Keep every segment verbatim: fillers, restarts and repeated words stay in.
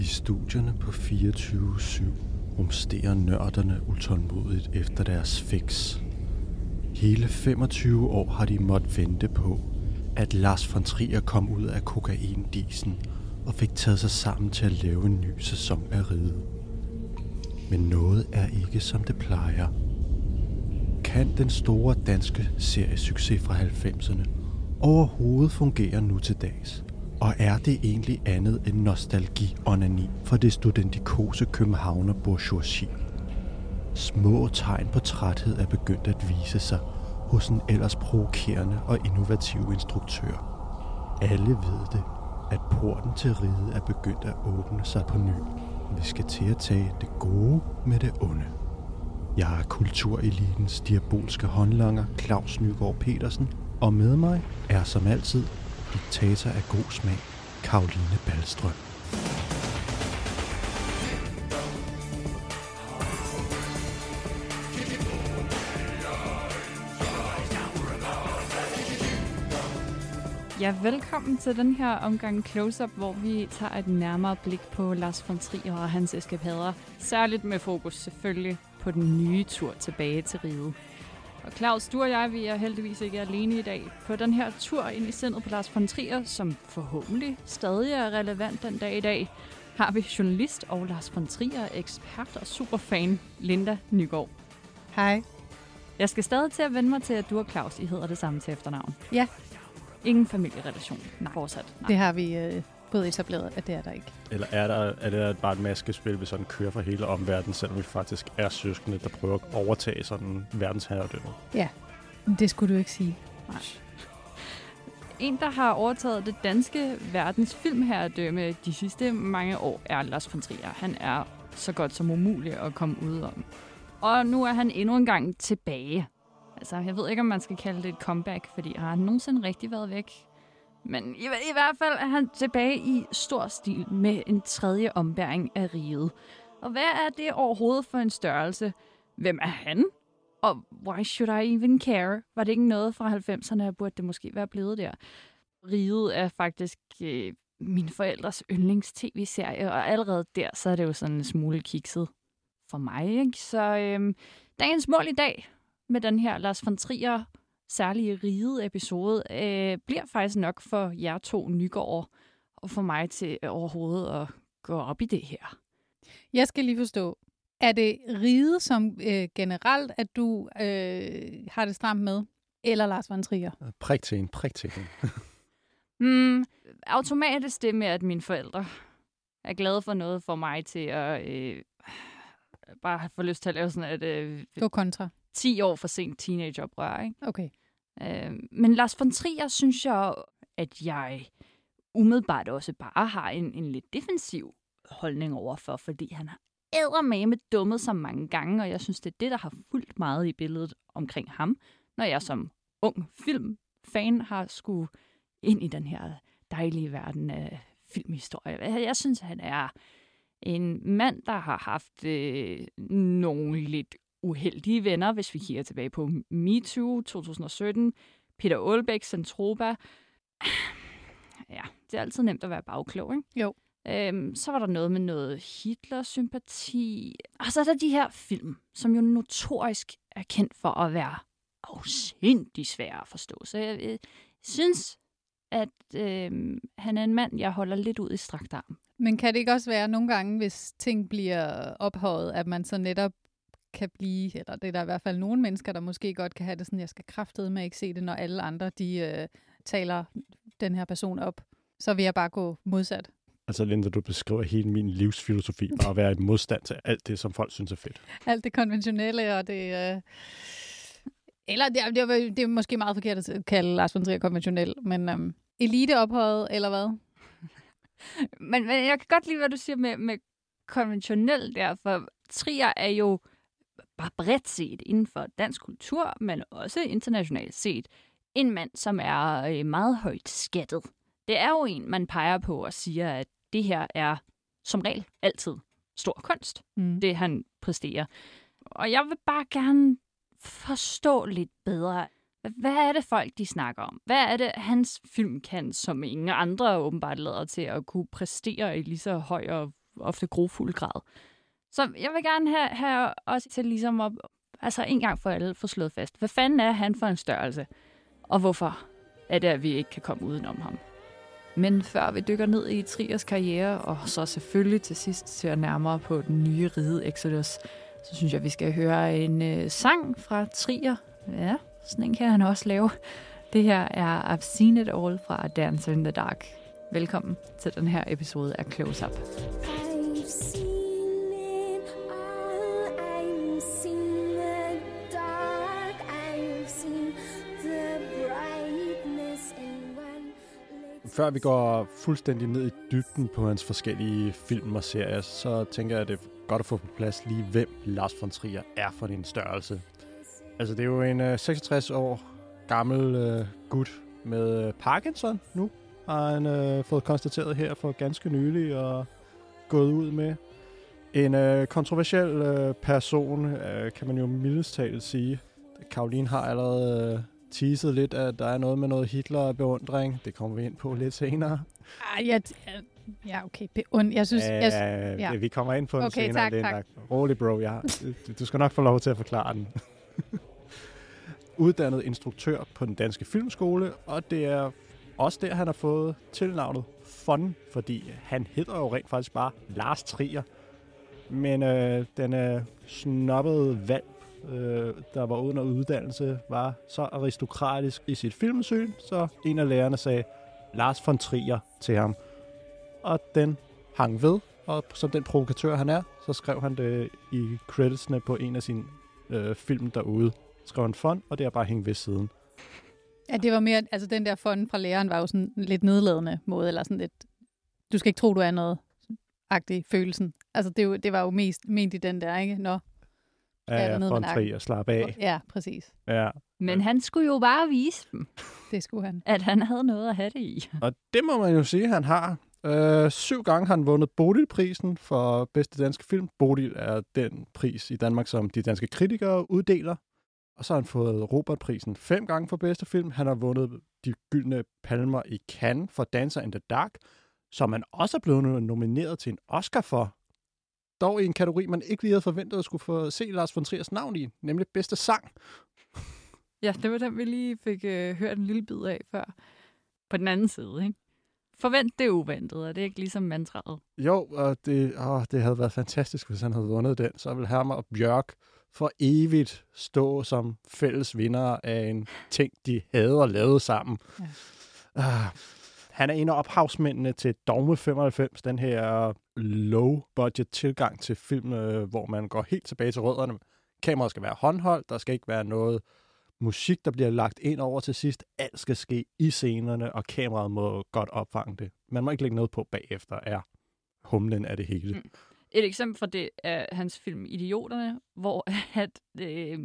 I studierne på fireogtyve syv rumsterer nørderne utålmodigt efter deres fix. Hele femogtyve år har de måttet vente på, at Lars von Trier kom ud af kokaindisen og fik taget sig sammen til at lave en ny sæson af Riget. Men noget er ikke som det plejer. Kan den store danske seriesucces fra halvfemserne overhovedet fungere nu til dags? Og er det egentlig andet end nostalgi-onani for det studentikose københavner bourgeoisie? Små tegn på træthed er begyndt at vise sig hos en ellers provokerende og innovativ instruktør. Alle ved det, at porten til Riget er begyndt at åbne sig på ny. Vi skal til at tage det gode med det onde. Jeg er kulturelitens diabolske håndlanger Claus Nygaard Petersen, og med mig er som altid diktator af god smag Caroline Ballstrøm. Ja, velkommen til den her omgang Close-Up, hvor vi tager et nærmere blik på Lars von Trier og hans eskapader. Særligt med fokus selvfølgelig på den nye tur tilbage til Riget. Og Claus, du og jeg, vi er heldigvis ikke alene i dag. På den her tur ind i sindet på Lars von Trier, som forhåbentlig stadig er relevant den dag i dag, har vi journalist og Lars von Trier, ekspert og superfan Linda Nygaard. Hej. Jeg skal stadig til at vende mig til, at du og Claus, I hedder det samme til efternavn. Ja. Ingen familierelation. Nej. Fortsat. Nej. Det har vi øh, både etableret, at det er der ikke. Eller er, der, er det bare et maskespil, vi sådan kører for hele omverdenen, selvom vi faktisk er søskende, der prøver at overtage sådan verdensherredømmet? Ja, det skulle du ikke sige. Nej. En, der har overtaget det danske verdens filmherredømme de sidste mange år, er Lars von Trier. Han er så godt som umulig at komme ud om. Og nu er han endnu en gang tilbage. Altså, jeg ved ikke, om man skal kalde det et comeback, fordi har han nogensinde rigtig været væk? Men i, i hvert fald er han tilbage i stor stil med en tredje ombæring af Riget. Og hvad er det overhovedet for en størrelse? Hvem er han? Og why should I even care? Var det ikke noget fra halvfemserne, burde det måske være blevet der? Riget er faktisk øh, mine forældres yndlings-tv-serie, og allerede der, så er det jo sådan en smule kikset for mig, ikke? Så øh, dagens mål i dag med den her Lars von Trier særlige Riget-episode, øh, bliver faktisk nok for jer to Nygaard og for mig til overhovedet at gå op i det her. Jeg skal lige forstå, er det Riget som øh, generelt, at du øh, har det stramt med, eller Lars von Trier? Prik til en, prik til en. hmm, automatisk det med, at mine forældre er glade for noget for mig til at øh, bare få lyst til at lave sådan et øh, gå kontra. ti år for sent teenageoprør, ikke? Okay. Øh, men Lars von Trier synes jeg, at jeg umiddelbart også bare har en, en lidt defensiv holdning overfor, fordi han har eddermame dummet sig mange gange, og jeg synes, det er det, der har fulgt meget i billedet omkring ham, når jeg som ung filmfan har skulle ind i den her dejlige verden af filmhistorie. Jeg synes, han er en mand, der har haft øh, nogle lidt uheldige venner, hvis vi kigger tilbage på MeToo to tusind og sytten, Peter Aalbæk, Centropa. Ja, det er altid nemt at være bagklog, ikke? Jo. Øhm, så var der noget med noget Hitler-sympati. Og så er der de her film, som jo notorisk er kendt for at være afsindig svære at forstå. Så jeg, jeg synes, at øh, han er en mand, jeg holder lidt ud i strakt arm. Men kan det ikke også være nogle gange, hvis ting bliver ophøjet, at man så netop kan blive, eller det er der i hvert fald nogle mennesker, der måske godt kan have det sådan, jeg skal kraftedeme ikke se det, når alle andre, de øh, taler den her person op. Så vil jeg bare gå modsat. Altså Linda, du beskriver hele min livsfilosofi, bare at være i modstand til alt det, som folk synes er fedt. Alt det konventionelle, og det... Øh... Eller det, det, er, det er måske meget forkert at kalde Lars von Trier konventionel, men øhm, eliteophøjet, eller hvad? men, men jeg kan godt lide, hvad du siger med, med konventionel der, for Trier er jo bare bredt set inden for dansk kultur, men også internationalt set, en mand, som er meget højt skattet. Det er jo en, man peger på og siger, at det her er som regel altid stor kunst, mm. det han præsterer. Og jeg vil bare gerne forstå lidt bedre, hvad er det folk, de snakker om? Hvad er det, hans film kan, som ingen andre åbenbart lader til at kunne præstere i lige så høj og ofte grofuld grad. Så jeg vil gerne have, have også til ligesom at, altså en gang for alle få slået fast, hvad fanden er han for en størrelse, og hvorfor er det, at vi ikke kan komme udenom ham. Men før vi dykker ned i Triers karriere, og så selvfølgelig til sidst ser nærmere på den nye ride Exodus, så synes jeg, vi skal høre en øh, sang fra Trier. Ja, sådan en kan han også lave. Det her er I've Seen It All fra Dancer in the Dark. Velkommen til den her episode af Close Up. I've seen it all, I've seen the dark, I've seen the brightness in one. Før vi går fuldstændig ned i dybden på hans forskellige film og serier, så tænker jeg, at det er godt at få på plads lige, hvem Lars von Trier er for en størrelse. Altså, det er jo en uh, seksogtres år gammel uh, gut med uh, Parkinson nu, har han uh, fået konstateret her for ganske nylig og gået ud med. En uh, kontroversiel uh, person, uh, kan man jo mildest talt sige. Caroline har allerede uh, teaset lidt, at der er noget med noget Hitler-beundring. Det kommer vi ind på lidt senere. Ej, jeg, ja, okay. Beund, jeg synes... Ja, jeg, ja. Vi kommer ind på den okay, senere. Tak, Linda. tak. Rolig, bro. Jeg, du, du skal nok få lov til at forklare den. Uddannet instruktør på den danske filmskole, og det er også der, han har fået tilnavnet Fun, fordi han hedder jo rent faktisk bare Lars Trier. Men øh, den øh, snobbede valg, øh, der var uden uddannelse, var så aristokratisk i sit filmsyn, så en af lærerne sagde Lars von Trier til ham. Og den hang ved, og som den provokatør han er, så skrev han det i creditsene på en af sine øh, film derude. Skrev en fond, og det er bare hængt ved siden. Ja, det var mere, altså den der fond fra læreren var jo sådan en lidt nedladende måde, eller sådan lidt, du skal ikke tro, du er noget agtig følelsen. Altså det, jo, det var jo mest ment i den der, ikke? Nå, ja, ja, von Trier, slap af. Ja, præcis. Ja. Men han skulle jo bare vise dem, det skulle han. At han havde noget at have det i. Og det må man jo sige, han har. Øh, syv gange har han vundet Bodilprisen for bedste danske film. Bodil er den pris i Danmark, som de danske kritikere uddeler. Og så har han fået Robertprisen fem gange for bedste film. Han har vundet de gyldne palmer i Cannes for Dancer in the Dark, som han også er blevet nomineret til en Oscar for. Dog i en kategori, man ikke lige havde forventet at skulle få se Lars von Triers navn i, nemlig bedste sang. Ja, det var den, vi lige fik øh, hørt en lille bid af før. På den anden side, ikke? Forvent det uventet, og det er ikke ligesom mantraet. Jo, og det, åh, det havde været fantastisk, hvis han havde vundet den. Så ville Hermer og Bjørk for evigt stå som fælles vinder af en ting, de havde og lavet sammen. Ja. Uh, han er en af ophavsmændene til Dogme femoghalvfems, den her low-budget tilgang til film, øh, hvor man går helt tilbage til rødderne. Kameraet skal være håndholdt, der skal ikke være noget musik, der bliver lagt ind over til sidst. Alt skal ske i scenerne, og kameraet må godt opfange det. Man må ikke lægge noget på bagefter, er humlen af det hele. Mm. Et eksempel fra det er hans film Idioterne, hvor at, øh,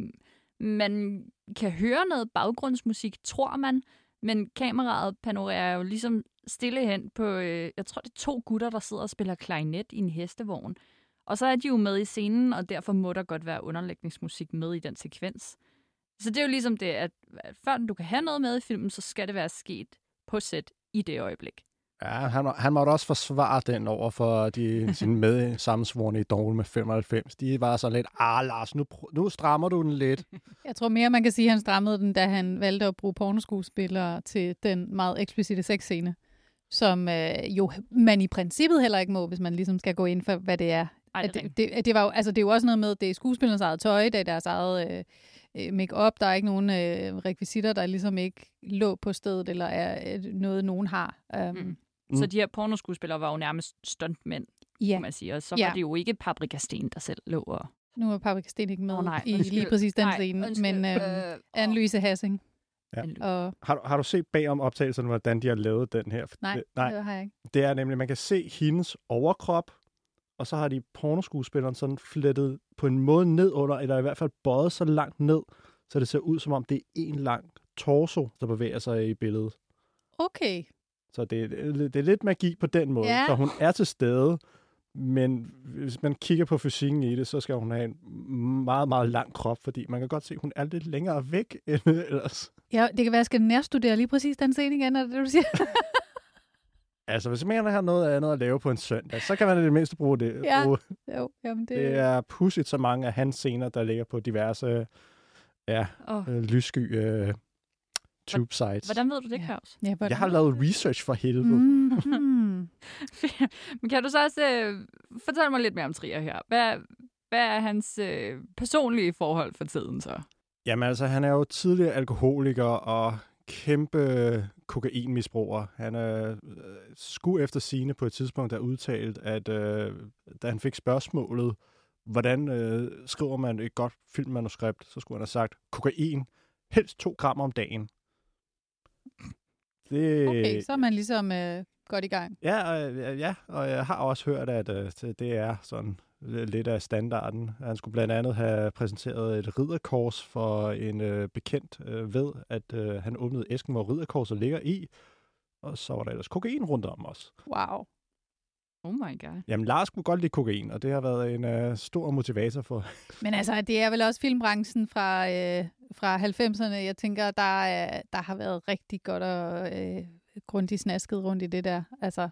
man kan høre noget baggrundsmusik, tror man, men kameraet panorerer jo ligesom stille hen på, øh, jeg tror det er to gutter, der sidder og spiller klarinet i en hestevogn. Og så er de jo med i scenen, og derfor må der godt være underlægningsmusik med i den sekvens. Så det er jo ligesom det, at før du kan have noget med i filmen, så skal det være sket på sæt i det øjeblik. Ja, han, må, han måtte også forsvare den over for de, sine med sammensvorne i Dogme femoghalvfems. De var så lidt, ah Lars, nu, nu strammer du den lidt. Jeg tror mere, man kan sige, at han strammede den, da han valgte at bruge pornoskuespillere til den meget eksplicite sexscene, som øh, jo man i princippet heller ikke må, hvis man ligesom skal gå ind for, hvad det er. Ej, det, er det, det, det, var jo, altså, det er jo også noget med, det er skuespillernes eget tøj, det er deres eget øh, make-up, der er ikke nogen øh, rekvisitter, der ligesom ikke lå på stedet, eller er øh, noget, nogen har. Um, mm. Så de her pornoskuespillere var jo nærmest stuntmænd, ja. kan man sige. Og så ja. var det jo ikke Paprika Steen, der selv lå og... Nu er Paprika Steen ikke med oh, nej, i lige præcis den nej, scene, undskyld. men øh, Anne-Louise Hassing. Ja. Og... Har, du, har du set bag om optagelserne, hvordan de har lavet den her? Nej, det, nej, det har jeg ikke. Det er nemlig, man kan se hendes overkrop, og så har de pornoskuespilleren sådan flettet på en måde ned under, eller i hvert fald bøjet så langt ned, så det ser ud som om det er en lang torso, der bevæger sig i billedet. Okay. Så det, det er lidt magi på den måde. Ja. Så hun er til stede, men hvis man kigger på fysikken i det, så skal hun have en meget, meget lang krop, fordi man kan godt se, at hun er lidt længere væk end ellers. Ja, det kan være, at jeg skal nærstudere lige præcis den scene igen, er det det, du siger? Altså, hvis man har noget andet at lave på en søndag, så kan man i det mindste bruge det. Ja. Bruge. Jo, jamen det... Det er pudsigt så mange af hans scener, der ligger på diverse ja, Oh. øh, lyssky øh, tube sites. Hvordan ved du det, Claus? Ja, hvordan... Jeg har lavet research for helvede. Mm, mm. Men kan du så også øh, fortælle mig lidt mere om Trier her? Hvad, hvad er hans øh, personlige forhold for tiden så? Jamen altså, han er jo tidligere alkoholiker og kæmpe kokainmisbruger. Han er øh, skulle efter sigende på et tidspunkt der udtalt, at øh, da han fik spørgsmålet, hvordan øh, skriver man et godt filmmanuskript, så skulle han have sagt, kokain, helst to gram om dagen. Det, Okay, så er man ligesom øh, godt i gang. Ja, øh, ja, og jeg har også hørt, at øh, det er sådan lidt af standarden. Han skulle blandt andet have præsenteret et ridderkors for en øh, bekendt øh, ved, at øh, han åbnede æsken, hvor ridderkorset ligger i, og så var der ellers kokain rundt om os. Wow. Oh my god. Jamen, Lars kunne godt lide kokain, og det har været en øh, stor motivator for. Men altså, det er vel også filmbranchen fra, øh, fra halvfemserne. Jeg tænker, der, er, der har været rigtig godt og øh, grundigt snasket rundt i det der. Altså,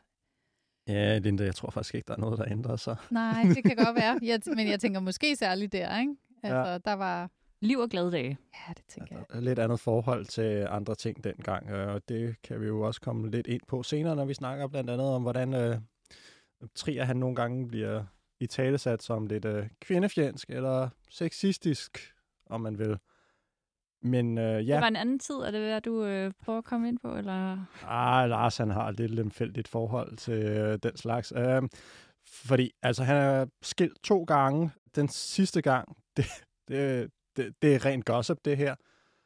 Ja, Linda, jeg tror faktisk ikke, der er noget, der ændrer sig. nej, det kan godt være. Jeg, men jeg tænker måske særligt der, ikke? Altså, ja. Der var... Liv og glade dage. Ja, det tænker jeg. Altså, lidt andet forhold til andre ting dengang, og det kan vi jo også komme lidt ind på senere, når vi snakker blandt andet om, hvordan øh, Trier han nogle gange bliver i talesat som lidt øh, kvindefjendsk eller sexistisk, om man vil. Men øh, ja... Det var en anden tid, er det hvad du øh, prøver at komme ind på, eller? Ah, Lars, han har et lidt lemfældigt forhold til øh, den slags. Øh, fordi, altså, han er skilt to gange. Den sidste gang, det, det, det, det er rent gossip, det her.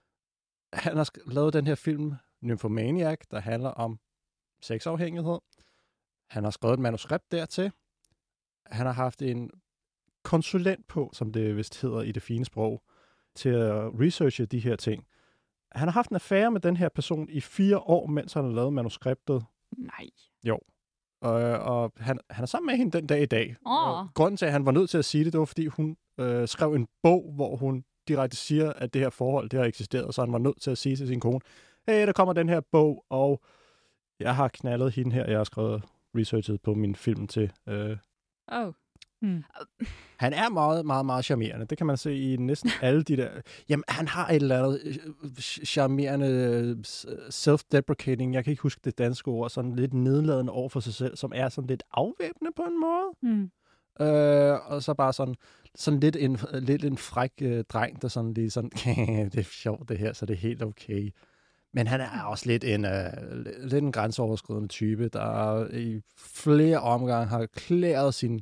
Han har sk- lavet den her film, Nymphomaniac, der handler om sexafhængighed. Han har skrevet et manuskript dertil. Han har haft en konsulent på, som det vist hedder i det fine sprog, til at researche de her ting. Han har haft en affære med den her person i fire år, mens han har lavet manuskriptet. Nej. Jo. Og, og han, han er sammen med hende den dag i dag. Åh. Og grunden til, at han var nødt til at sige det, det var, fordi hun øh, skrev en bog, hvor hun direkte siger, at det her forhold, det har eksisteret, så han var nødt til at sige til sin kone, hey, der kommer den her bog, og jeg har knaldet hende her, jeg har skrevet researchet på min film til. Øh. Oh. Mm. Han er meget, meget, meget charmerende. Det kan man se i næsten alle de der... Jamen, han har et eller andet øh, charmerende, self-deprecating, jeg kan ikke huske det danske ord, sådan lidt nedladende over for sig selv, som er sådan lidt afvæbnende på en måde. Mm. Øh, og så bare sådan, sådan lidt en, lidt en fræk øh, dreng, der sådan lige sådan, det er sjovt det her, så det er helt okay. Men han er også lidt en, øh, lidt en grænseoverskridende type, der i flere omgange har klæret sin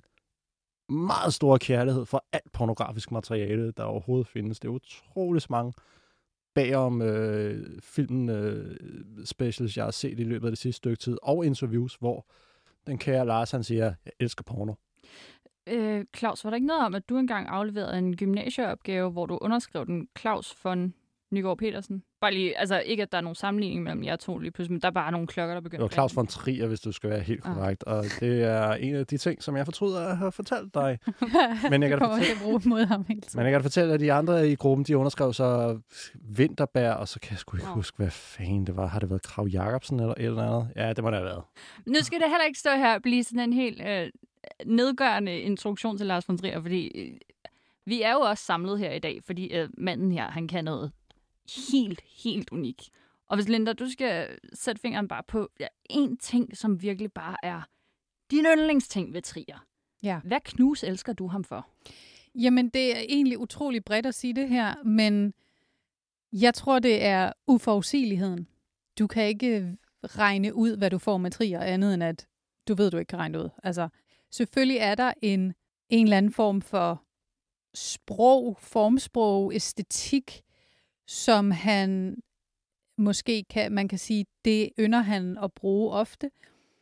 meget store kærlighed for alt pornografisk materiale, der overhovedet findes. Det er utroligt mange bagom øh, filmen øh, specials, jeg har set i løbet af det sidste stykke tid, og interviews, hvor den kære Lars, han siger, jeg elsker porno. Øh, Claus, var der ikke noget om, at du engang afleverede en gymnasieopgave, hvor du underskrev den Claus von Nygaard Petersen? Bare lige, altså ikke, at der er nogen sammenligning mellem jer to lige pludselig, men der er bare nogle klokker, der begynder. Det var Claus von Trier, hvis du skal være helt korrekt, ah. Og det er en af de ting, som jeg fortryder at have fortalt dig. Men jeg kan da fortælle, bruge mod ham hele tiden. Men jeg kan da fortælle, at de andre i gruppen, de underskrev så vinterbær, og så kan jeg sgu ikke oh. huske, hvad fanden det var. Har det været Krav Jacobsen eller et eller andet? Ja, det må det have været. Nu skal det heller ikke stå her og blive sådan en helt øh, nedgørende introduktion til Lars von Trier, fordi øh, vi er jo også samlet her i dag, fordi øh, manden her, han kan noget helt, helt unik. Og hvis Linda, du skal sætte fingeren bare på ja, en ting, som virkelig bare er din yndlingsting ved Trier. Ja. Hvad knus elsker du ham for? Jamen, det er egentlig utrolig bredt at sige det her, men jeg tror, det er uforudsigeligheden. Du kan ikke regne ud, hvad du får med Trier, andet end at du ved, du ikke kan regne ud. Altså, selvfølgelig er der en, en eller anden form for sprog, formsprog, æstetik, som han måske kan, man kan sige, det ynder han at bruge ofte,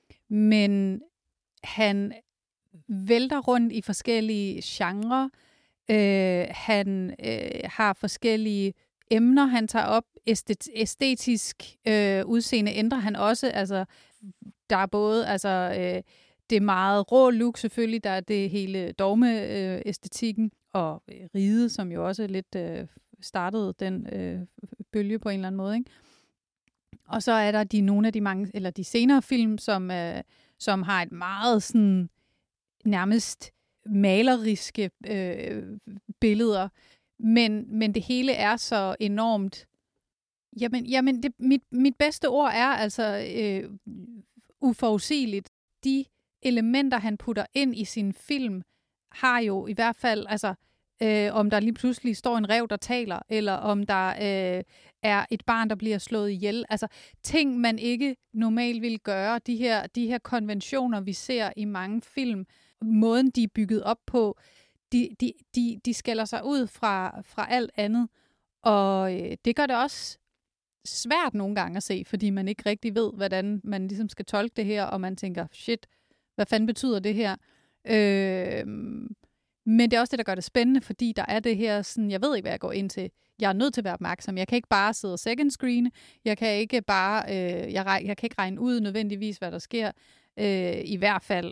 men han vælter rundt i forskellige genrer. Øh, han øh, har forskellige emner, han tager op. Æstet- æstetisk øh, udseende ændrer han også. Altså, der er både altså, øh, det meget rå look selvfølgelig, der er det hele dogme-æstetikken, øh, og øh, ride, som jo også lidt øh, startede den øh, bølge på en eller anden måde, ikke? Og så er der de nogle af de mange eller de senere film, som øh, som har et meget sådan nærmest maleriske øh, billeder, men men det hele er så enormt. Jamen, jamen det, mit mit bedste ord er altså øh, uforudsigeligt. De elementer han putter ind i sin film har jo i hvert fald altså Øh, om der lige pludselig står en ræv, der taler, eller om der øh, er et barn, der bliver slået ihjel. Altså ting, man ikke normalt vil gøre. De her, de her konventioner, vi ser i mange film, måden de er bygget op på, de, de, de, de skiller sig ud fra, fra alt andet. Og øh, det gør det også svært nogle gange at se, fordi man ikke rigtig ved, hvordan man ligesom skal tolke det her, og man tænker, shit, hvad fanden betyder det her? Øh... Men det er også det, der gør det spændende, fordi der er det her, sådan, jeg ved ikke, hvad jeg går ind til. Jeg er nødt til at være opmærksom. Jeg kan ikke bare sidde og second screen. Jeg kan ikke bare, øh, jeg, rej, jeg kan ikke regne ud nødvendigvis, hvad der sker. Øh, I hvert fald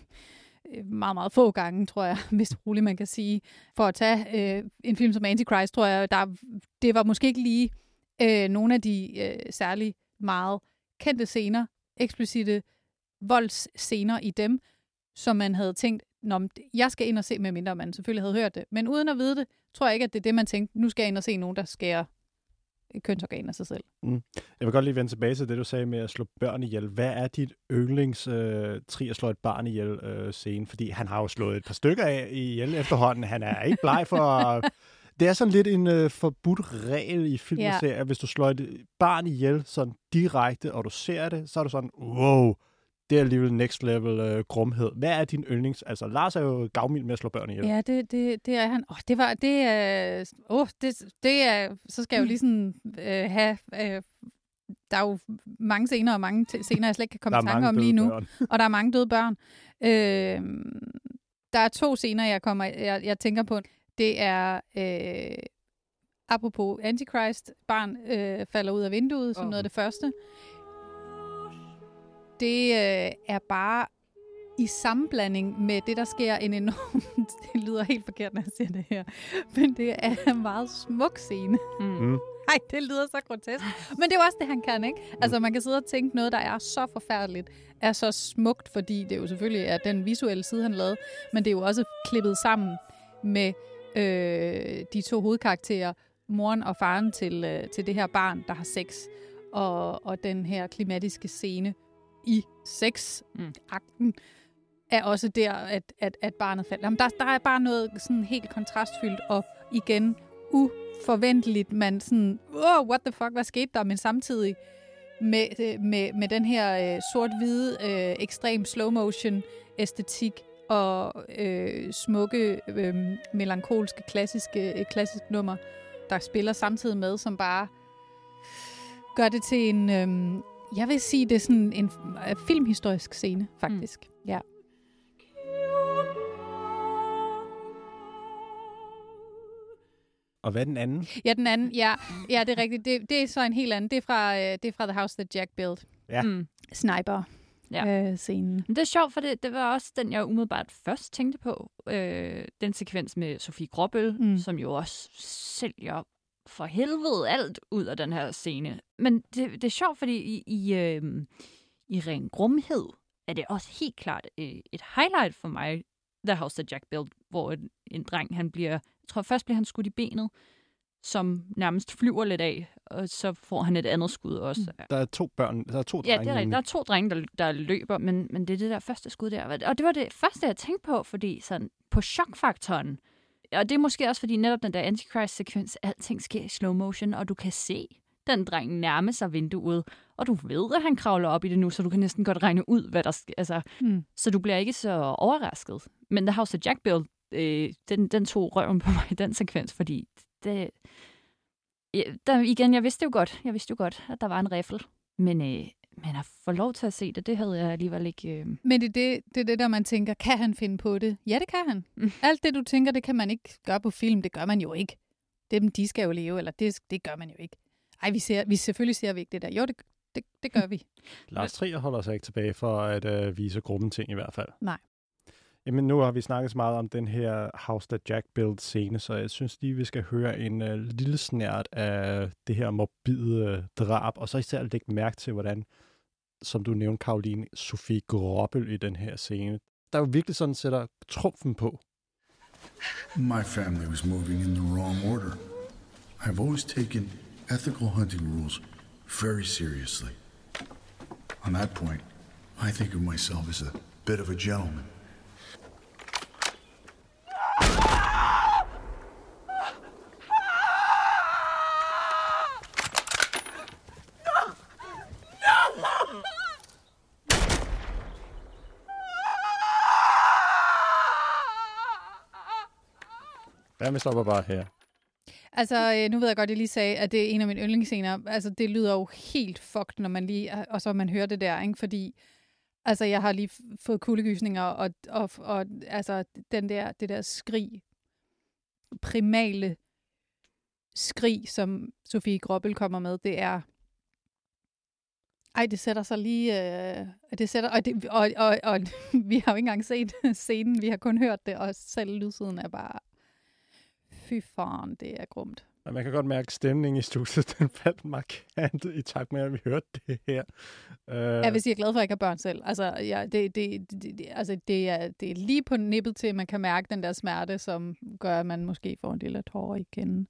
meget, meget få gange, tror jeg, hvis roligt man kan sige. For at tage øh, en film som Antichrist, tror jeg, der, det var måske ikke lige øh, nogle af de øh, særlig meget kendte scener, eksplicite voldsscener i dem, som man havde tænkt, nå, jeg skal ind og se, med mindre man selvfølgelig havde hørt det. Men uden at vide det, tror jeg ikke, at det er det, man tænkte, nu skal jeg ind og se nogen, der skærer kønsorgan af sig selv. Mm. Jeg vil godt lige vende tilbage til det, du sagde med at slå børn ihjel. Hvad er dit yndlings øh, tri at slå et barn ihjel øh, scene? Fordi han har jo slået et par stykker af ihjel efterhånden. Han er ikke bleg for... Det er sådan lidt en øh, forbudt regel i film og serier. Hvis du slår et barn ihjel sådan direkte, og du ser det, så er du sådan, wow, det er alligevel next level øh, grumhed. Hvad er din yndlings? Altså, Lars er jo gavmild med at slå børn ihjel. Ja, det, det, det er han. Åh, det var, det er, åh, det, det er, så skal jeg jo lige sådan øh, have, øh, der er jo mange scener og mange t- scener, jeg slet ikke kan komme i tanke om lige nu. Børn. Og der er mange døde børn. Øh, der er to scener, jeg, kommer, jeg, jeg tænker på. Det er, øh, apropos Antichrist, barn øh, falder ud af vinduet, som oh. noget af det første. Det øh, er bare i sammenblanding med det, der sker en enorm... Det lyder helt forkert, når jeg siger det her. Men det er en meget smuk scene. Mm. Mm. Ej, det lyder så grotesk. Men det er jo også det, han kan, ikke? Altså, man kan sidde og tænke noget, der er så forfærdeligt, er så smukt, fordi det jo selvfølgelig er den visuelle side, han lavede, men det er jo også klippet sammen med øh, de to hovedkarakterer, moren og faren til, øh, til det her barn, der har sex, og, og den her klimatiske scene i sex-akten, mm. er også der, at, at, at barnet falder. Jamen, der, der er bare noget sådan helt kontrastfyldt, og igen uforventeligt, man sådan, oh, what the fuck, hvad skete der? Men samtidig med, med, med den her øh, sort-hvide, øh, ekstrem slow-motion æstetik, og øh, smukke, øh, melankolske, klassiske, øh, klassisk nummer, der spiller samtidig med, som bare gør det til en... Øh, Jeg vil sige, det er sådan en filmhistorisk scene, faktisk. Mm. Ja. Og hvad er den anden? Ja, den anden, ja, ja det er rigtigt. Det, det er så en helt anden. Det er fra, det er fra The House That Jack Built. Ja. Mm. Sniper. Ja. Øh, scenen. Det er sjovt, for det, det var også den, jeg umiddelbart først tænkte på. Øh, den sekvens med Sofie Gråbøl, mm. som jo også sælger for helvede alt ud af den her scene. Men det, det er sjovt, fordi i, i, øh, i ren grumhed er det også helt klart øh, et highlight for mig, The House That Jack Built, hvor en, en dreng, han bliver, jeg tror først bliver han skudt i benet, som nærmest flyver lidt af, og så får han et andet skud også. Der er to børn, der er to drenge. Ja, det er rigtigt. Der er to drenge, der, der løber, men, men det er det der første skud der. Og det var det første, jeg tænkte på, fordi sådan på chokfaktoren, og det er måske også, fordi netop den der Antichrist-sekvens, alting sker i slow motion, og du kan se den dreng nærme sig vinduet, og du ved, at han kravler op i det nu, så du kan næsten godt regne ud, hvad der sker. Altså, mm. Så du bliver ikke så overrasket. Men The House of Jack Built, øh, den, den tog røven på mig, den sekvens, fordi det... Ja, der, igen, jeg vidste jo godt, jeg vidste jo godt, at der var en riffel. Men, øh, men at få lov til at se det, det havde jeg alligevel ikke... Øh... Men det er det, det er det, der man tænker, kan han finde på det? Ja, det kan han. Mm. Alt det, du tænker, det kan man ikke gøre på film, det gør man jo ikke. Dem, de skal jo leve, eller det, det gør man jo ikke. Ej, vi, ser, vi selvfølgelig ser vi ikke det der. Jo, det, det, det gør vi. Lars Trier holder sig ikke tilbage for at øh, vise gruppen ting i hvert fald. Nej. Jamen, nu har vi snakket så meget om den her House That Jack Built scene, så jeg synes lige, vi skal høre en uh, lille snært af det her morbide uh, drab, og så især lægge mærke til, hvordan, som du nævnte, Caroline, Sofie Gråbøl i den her scene, der jo virkelig sådan sætter trumfen på. My family was moving in the wrong order. I've always taken ethical hunting rules very seriously. On that point, I think of myself as a bit of a gentleman. Ja, vi stopper bare her. Altså, nu ved jeg godt, at jeg lige sagde, at det er en af mine yndlingsscener. Altså, det lyder jo helt fucked, når man lige, og så man hører det der, ikke? Fordi, altså, jeg har lige fået kuldegysninger, og, og, og altså, den der, det der skrig, primale skrig, som Sofie Gråbøl kommer med, det er, ej, det sætter sig lige, øh, det sætter, og, det, og, og, og vi har jo ikke engang set scenen, vi har kun hørt det, og selv lydsiden er bare, fy faren, det er grumt. Og man kan godt mærke, at stemningen i studiet, den faldt markant i takt med, at vi hørte det her. Uh... Jeg vil sige, jeg er glad for, at jeg ikke har børn selv. Altså, ja, det, det, det, det, altså det, er, det er lige på nippet til, at man kan mærke den der smerte, som gør, at man måske får en lille tårer igen.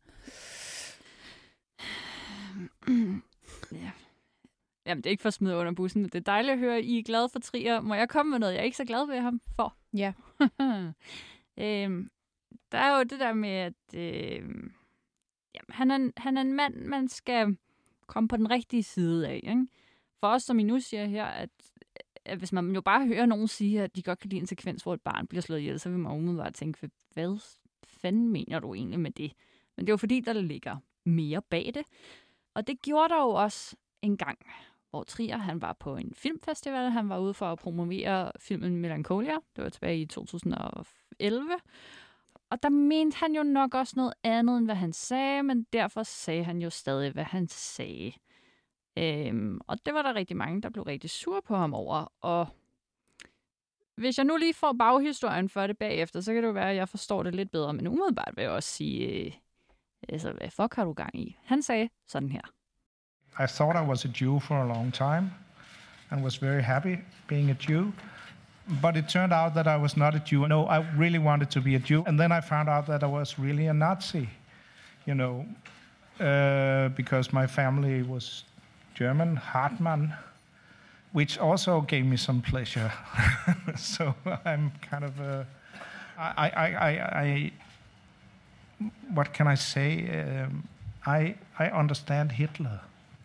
Ja. Jamen, det er ikke for at smide under bussen, men det er dejligt at høre, at I er glade for Trier. Må jeg komme med noget, jeg er ikke så glad ved ham for? Ja. øhm, der er jo det der med, at øh, jamen, han, er en, han er en mand, man skal komme på den rigtige side af. Ikke? For os, som I nu siger her, at, at hvis man jo bare hører nogen sige, at de godt kan lide en sekvens, hvor et barn bliver slået ihjel, så vil man umiddelbart tænke, hvad fanden mener du egentlig med det? Men det er jo fordi, der ligger mere bag det. Og det gjorde der jo også en gang, hvor Trier, han var på en filmfestival. Han var ude for at promovere filmen Melancholia. Det var tilbage i to tusind og elleve. Og der mente han jo nok også noget andet, end hvad han sagde, men derfor sagde han jo stadig, hvad han sagde. Øhm, og det var der rigtig mange, der blev rigtig sure på ham over. Og hvis jeg nu lige får baghistorien for det bagefter, så kan det jo være, at jeg forstår det lidt bedre. Men umiddelbart vil jeg også sige, øh, altså, hvad fuck har du gang i? Han sagde sådan her. I thought I was a Jew for a long time and was very happy being a Jew. But it turned out that I was not a Jew. No, I really wanted to be a Jew. And then I found out that I was really a Nazi, you know, uh, because my family was German, Hartmann, which also gave me some pleasure. So I'm kind of a... I, I, I, I, what can I say? Um, I, I understand Hitler.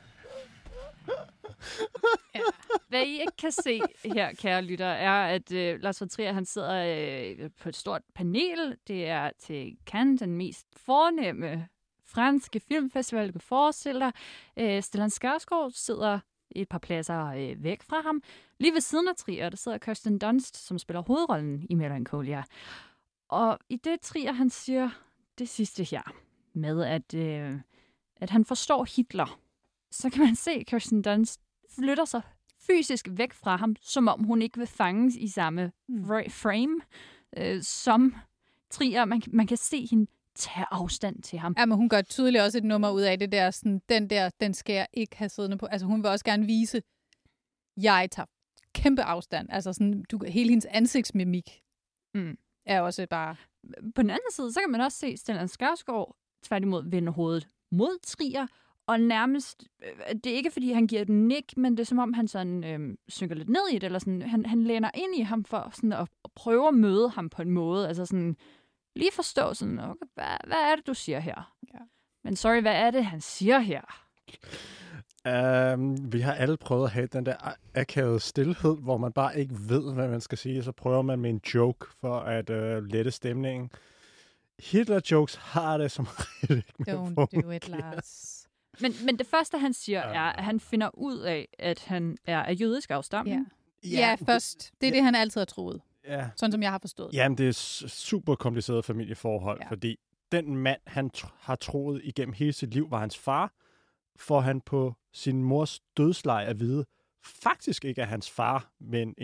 Ja. Hvad I ikke kan se her, kære lytter, er, at øh, Lars von Trier, han sidder øh, på et stort panel. Det er til Cannes, den mest fornemme franske filmfestival, du kan forestille dig. Øh, Stellan Skarsgård sidder et par pladser øh, væk fra ham. Lige ved siden af Trier, der sidder Kirsten Dunst, som spiller hovedrollen i Melancholia. Og i det Trier, han siger det sidste her, med at, øh, at han forstår Hitler, så kan man se, at Kirsten Dunst flytter sig fysisk væk fra ham, som om hun ikke vil fanges i samme frame øh, som Trier. Man, man kan se hende tage afstand til ham. Ja, men hun gør tydeligt også et nummer ud af det der, sådan, den der, den skal jeg ikke have siddende på. Altså hun vil også gerne vise, jeg tager kæmpe afstand. Altså sådan, du, hele hendes ansigtsmimik mm. er også bare... På den anden side, så kan man også se Stellan Skarsgård tværtimod vende hovedet mod Trier, og nærmest, det er ikke fordi han giver et nik, men det er som om han sådan øh, synker lidt ned i det, eller sådan, han, han læner ind i ham for sådan at, at prøve at møde ham på en måde, altså sådan lige forstå sådan, okay, hvad, hvad er det, du siger her? Ja. Men sorry, hvad er det, han siger her? Um, vi har alle prøvet at have den der akavede stillhed, hvor man bare ikke ved, hvad man skal sige, så prøver man med en joke for at uh, lette stemningen. Hitler-jokes har det som regel ikke med Don't do it, Lars. Men, men det første, han siger, er, at han finder ud af, at han er af jødisk afstamning. Ja, ja, ja først. Det er ja. det, han altid har troet. Ja. Sådan som jeg har forstået. Jamen, det er super kompliceret familieforhold, ja. Fordi den mand, han tr- har troet igennem hele sit liv, var hans far, får han på sin mors dødsleje at vide, faktisk ikke er hans far, men en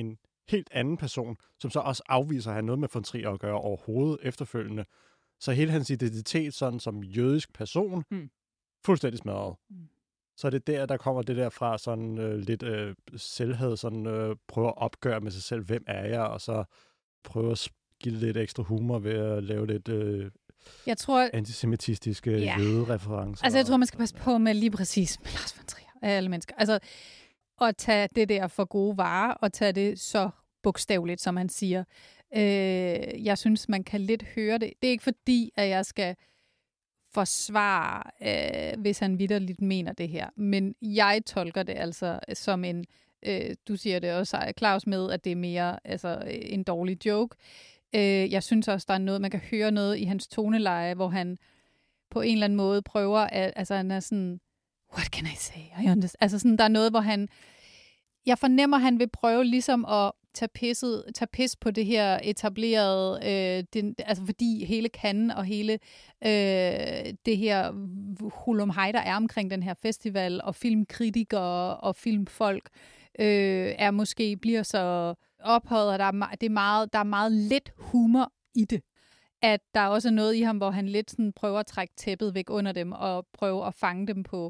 helt anden person, som så også afviser at have noget med von Trier at gøre overhovedet efterfølgende. Så hele hans identitet sådan som jødisk person, Mm. fuldstændig smadret. Mm. Så er det der, der kommer det der fra sådan øh, lidt øh, selvhed, sådan øh, prøve at opgøre med sig selv, hvem er jeg, og så prøve at give lidt ekstra humor ved at lave lidt øh, Jeg tror, antisemitistiske Ja. jødereferencer. altså, jeg tror, man skal passe på med lige præcis med Lars von Trier af alle mennesker. Altså, at tage det der for gode varer, og tage det så bogstaveligt, som han siger. Øh, jeg synes, man kan lidt høre det. Det er ikke fordi, at jeg skal forsvare, øh, hvis han vitterligt mener det her. Men jeg tolker det altså som en, øh, du siger det også, Claus, med, at det er mere altså, en dårlig joke. Øh, jeg synes også, der er noget, man kan høre noget i hans toneleje, hvor han på en eller anden måde prøver, at, altså han er sådan, what can I say? I understand. Altså sådan, der er noget, hvor han, jeg fornemmer, han vil prøve ligesom at tage, pisset, tage pis på det her etablerede, øh, det, altså fordi hele kanden og hele øh, det her hulumhej, der er omkring den her festival, og filmkritikere og filmfolk, øh, er måske bliver så ophøjet, og der er, me- det er meget, der er meget lidt humor i det. At der er også noget i ham, hvor han lidt sådan prøver at trække tæppet væk under dem, og prøver at fange dem på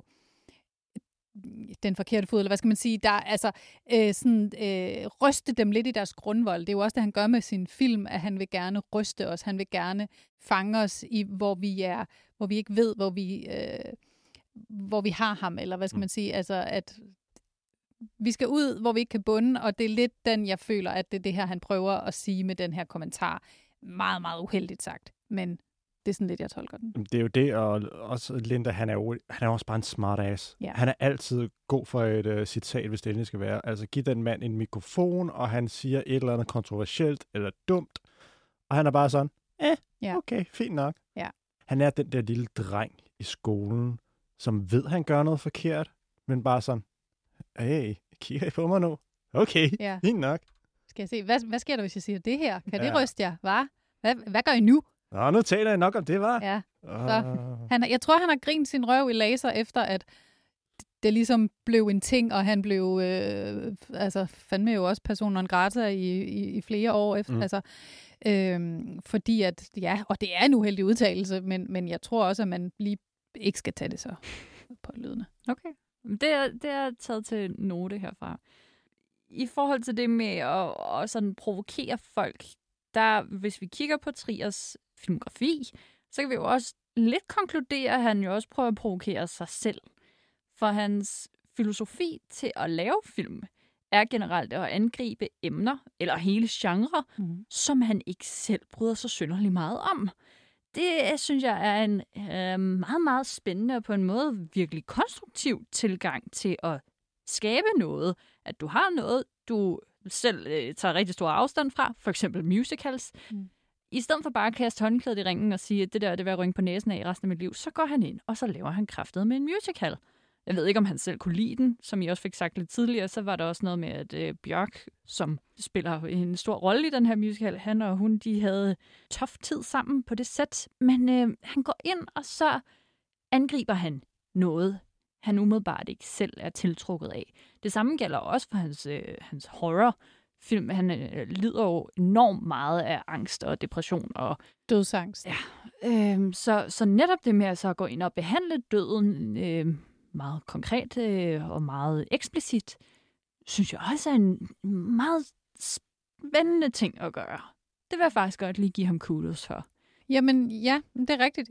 den forkerte fod, eller hvad skal man sige, der altså øh, sådan, øh, ryste dem lidt i deres grundvold. Det er jo også det, han gør med sin film, at han vil gerne ryste os, han vil gerne fange os i, hvor vi er, hvor vi ikke ved, hvor vi, øh, hvor vi har ham, eller hvad skal man sige, altså at vi skal ud, hvor vi ikke kan bunde, og det er lidt den, jeg føler, at det er det her, han prøver at sige med den her kommentar. Meget, meget uheldigt sagt, men det er sådan lidt, jeg tolker den. Det er jo det, og også Linda, han er jo han er også bare en smart ass. Ja. Han er altid god for et uh, citat, hvis det endelig skal være. Altså, giv den mand en mikrofon, og han siger et eller andet kontroversielt eller dumt, og han er bare sådan, eh, Ja. okay, fint nok. Ja. Han er den der lille dreng i skolen, som ved, han gør noget forkert, men bare sådan, hey, kigger I på mig nu? Okay, Ja. fint nok. Skal jeg se, hvad, hvad sker der, hvis jeg siger det her? Kan det Ja. ryste jer? Hvad? Hvad, hvad gør I nu? Nå, nu taler jeg nok om det, var. Ja. Uh, Han, jeg tror, han har grint sin røv i laser, efter at det ligesom blev en ting, og han blev øh, altså fandme jo også person non grata i, i, i flere år efter. Mm. Mm. Altså, øhm, fordi at, ja, og det er en uheldig udtalelse, men, men jeg tror også, at man lige ikke skal tage det så på lydende. Okay. Det er, det er taget til note herfra. I forhold til det med at, at sådan provokere folk, der, hvis vi kigger på Triers filmografi, så kan vi jo også lidt konkludere, at han jo også prøver at provokere sig selv. For hans filosofi til at lave film er generelt at angribe emner, eller hele genre, Mm. som han ikke selv bryder sig synderligt meget om. Det synes jeg er en øh, meget, meget spændende og på en måde virkelig konstruktiv tilgang til at skabe noget. At du har noget, du selv øh, tager rigtig stor afstand fra, for eksempel musicals. Mm. I stedet for bare at kaste håndklædet i ringen og sige, at det der det vil jeg rynge på næsen af i resten af mit liv, så går han ind, og så laver han kraftet med en musical. Jeg ved ikke, om han selv kunne lide den. Som I også fik sagt lidt tidligere, så var der også noget med, at øh, Bjørk, som spiller en stor rolle i den her musical, han og hun, de havde tough tid sammen på det sæt. Men øh, han går ind, og så angriber han noget, han umiddelbart ikke selv er tiltrukket af. Det samme gælder også for hans, øh, hans horrorfilm. Han øh, lider jo enormt meget af angst og depression og Dødsangst. Ja. Øh, så, så netop det med at så gå ind og behandle døden øh, meget konkret øh, og meget eksplicit, synes jeg også er en meget spændende ting at gøre. Det vil jeg faktisk godt lige give ham kudos for. Jamen ja, det er rigtigt.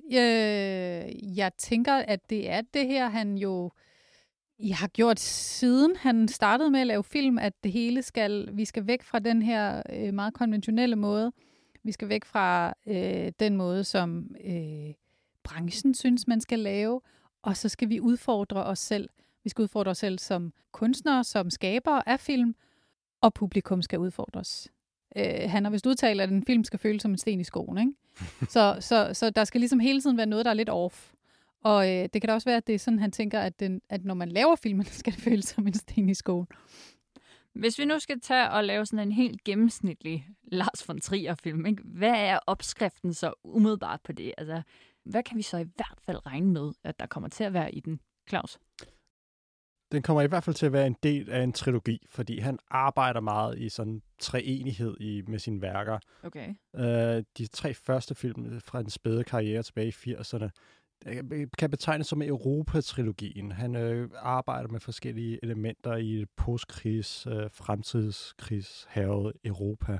Øh, jeg tænker, at det er det her, han jo jeg har gjort siden han startede med at lave film, at det hele skal, vi skal væk fra den her øh, meget konventionelle måde. Vi skal væk fra øh, den måde, som øh, branchen synes, man skal lave, og så skal vi udfordre os selv. Vi skal udfordre os selv som kunstnere, som skabere af film, og publikum skal udfordres. Øh, han har vist udtalt, at en film skal føles som en sten i skoen, ikke? så, så, så der skal ligesom hele tiden være noget, der er lidt off. Og øh, det kan da også være, at det er sådan, han tænker, at, den, at når man laver filmen, skal det føles som en sten i skoen. Hvis vi nu skal tage og lave sådan en helt gennemsnitlig Lars von Trier-film, ikke? Hvad er opskriften så umiddelbart på det? Altså, hvad kan vi så i hvert fald regne med, at der kommer til at være i den, Claus? Den kommer i hvert fald til at være en del af en trilogi, fordi han arbejder meget i sådan treenighed i, med sine værker. Okay. Uh, de tre første film fra den spæde karriere tilbage i firserne kan betegnes som Europa-trilogien. Han øh, arbejder med forskellige elementer i et postkrigs, øh, fremtidskrigshavet Europa.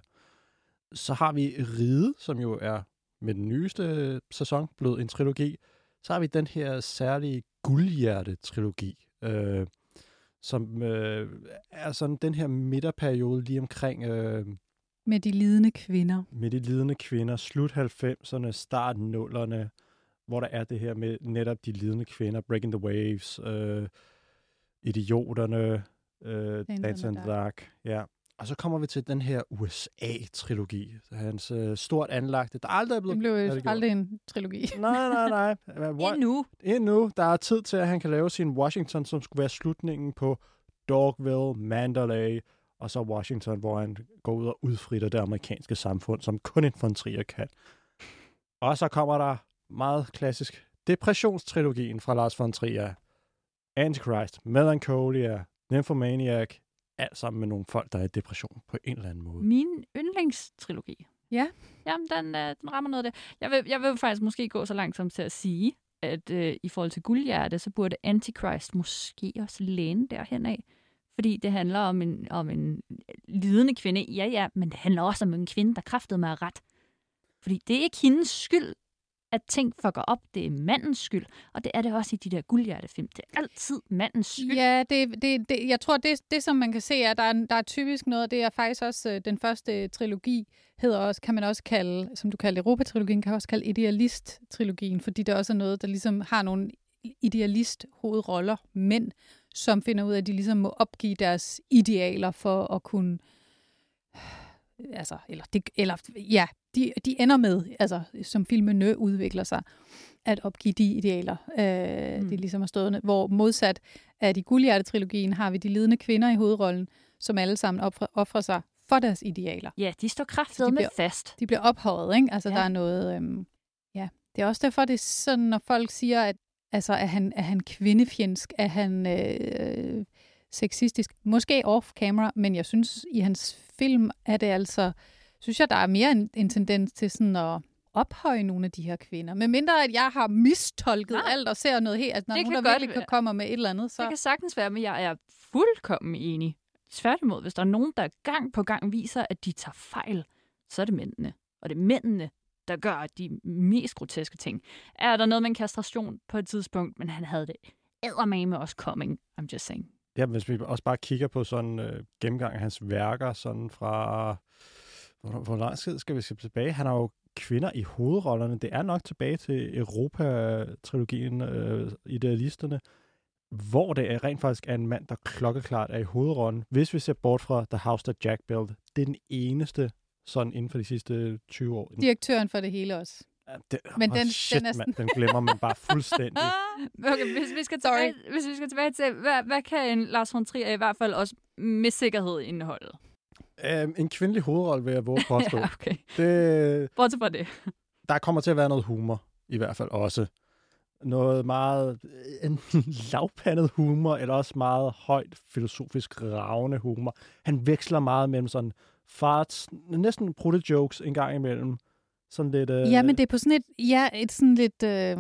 Så har vi Ride, som jo er med den nyeste sæson blevet en trilogi. Så har vi den her særlige Guldhjerte-trilogi, øh, som øh, er sådan den her midterperiode lige omkring... Øh, med de lidende kvinder. Med de lidende kvinder. Slut halvfemserne, start nullerne, hvor der er det her med netop de lidende kvinder, Breaking the Waves, øh, Idioterne, øh, Dance in the Dark. Ja. Og så kommer vi til den her U S A-trilogi. Hans øh, stort anlagte, der aldrig er blevet... Det blev jo aldrig en trilogi. Nej, nej, nej. What? Endnu. Endnu. Der er tid til, at han kan lave sin Washington, som skulle være slutningen på Dogville, Mandalay, og så Washington, hvor han går ud og udfritter det amerikanske samfund, som kun en infanterier kan. Og så kommer der meget klassisk Depressionstrilogien fra Lars von Trier. Antichrist, Melancholia, Nymphomaniac, alt sammen med nogle folk, der er i depression på en eller anden måde. Min yndlingstrilogi. Ja. Jamen, den, øh, den rammer noget af det. Jeg vil, jeg vil faktisk måske gå så langt som til at sige, at øh, i forhold til Guldhjerte, så burde Antichrist måske også læne derhen af. Fordi det handler om en, om en lidende kvinde. Ja, ja, men det handler også om en kvinde, der kræftede mig ret. Fordi det er ikke hendes skyld, at ting fucker op. Det er mandens skyld. Og det er det også i de der Guldhjerte-film. Det er altid mandens skyld. Ja, det, det, det, jeg tror, det, det som man kan se, er, at der er, der er typisk noget, det er faktisk også øh, den første trilogi, hedder også, kan man også kalde, som du kalder Europa-trilogien, kan også kalde Idealist-trilogien, fordi det også er noget, der ligesom har nogle idealist-hovedroller, mænd, som finder ud af, at de ligesom må opgive deres idealer for at kunne, altså, eller, det, eller ja, de, de ender med, altså, som filmene udvikler sig, at opgive de idealer, øh, mm. de ligesom er stående. Hvor modsat af de Guldhjerte-trilogien har vi de lidende kvinder i hovedrollen, som alle sammen offrer, offrer sig for deres idealer. Ja, de står kraftigt med fast. De bliver ophøjet, ikke? Altså, ja. der er noget, øhm, ja. Det er også derfor, det er sådan, når folk siger, at altså, er han, er han kvindefjendsk? Er han øh, sexistisk? Måske off-camera, men jeg synes, i hans film er det altså, synes jeg, der er mere en, en tendens til sådan at ophøje nogle af de her kvinder. Med mindre, at jeg har mistolket ja. alt og ser noget helt, altså når nogen, der virkelig godt, kommer med et eller andet. Så... Det kan sagtens være, men jeg er fuldkommen enig. Tværtimod, hvis der er nogen, der gang på gang viser, at de tager fejl, så er det mændene. Og det er mændene, der gør de mest groteske ting. Er der noget med en kastration på et tidspunkt, men han havde det eddermame også coming, I'm just saying. Ja, hvis vi også bare kigger på sådan øh, gennemgang af hans værker, sådan fra... Hvor, hvor lang tid skal vi se tilbage? Han har jo kvinder i hovedrollerne. Det er nok tilbage til Europa-trilogien, øh, Idealisterne, hvor det er rent faktisk er en mand, der klokkeklart er i hovedrollen. Hvis vi ser bort fra The House That Jack Built, det er den eneste sådan inden for de sidste tyve år. Direktøren for det hele også. Ja, det, Men oh, den, shit, den, er man, den glemmer man bare fuldstændig. Okay, hvis vi skal tilbage, hvis vi skal tilbage til, hvad, hvad kan en Lars von Trier i hvert fald også med sikkerhed indeholde? Um, en kvindelig hovedrolle, vil jeg våge påstå. Ja, okay. Det, Bortset fra det. Der kommer til at være noget humor, i hvert fald også. Noget meget enten lavpandet humor, eller også meget højt filosofisk ravende humor. Han veksler meget mellem sådan farts, næsten prutte-jokes en gang imellem. Sådan lidt... Øh... Ja, men det er på sådan et... Ja, et sådan lidt... Øh,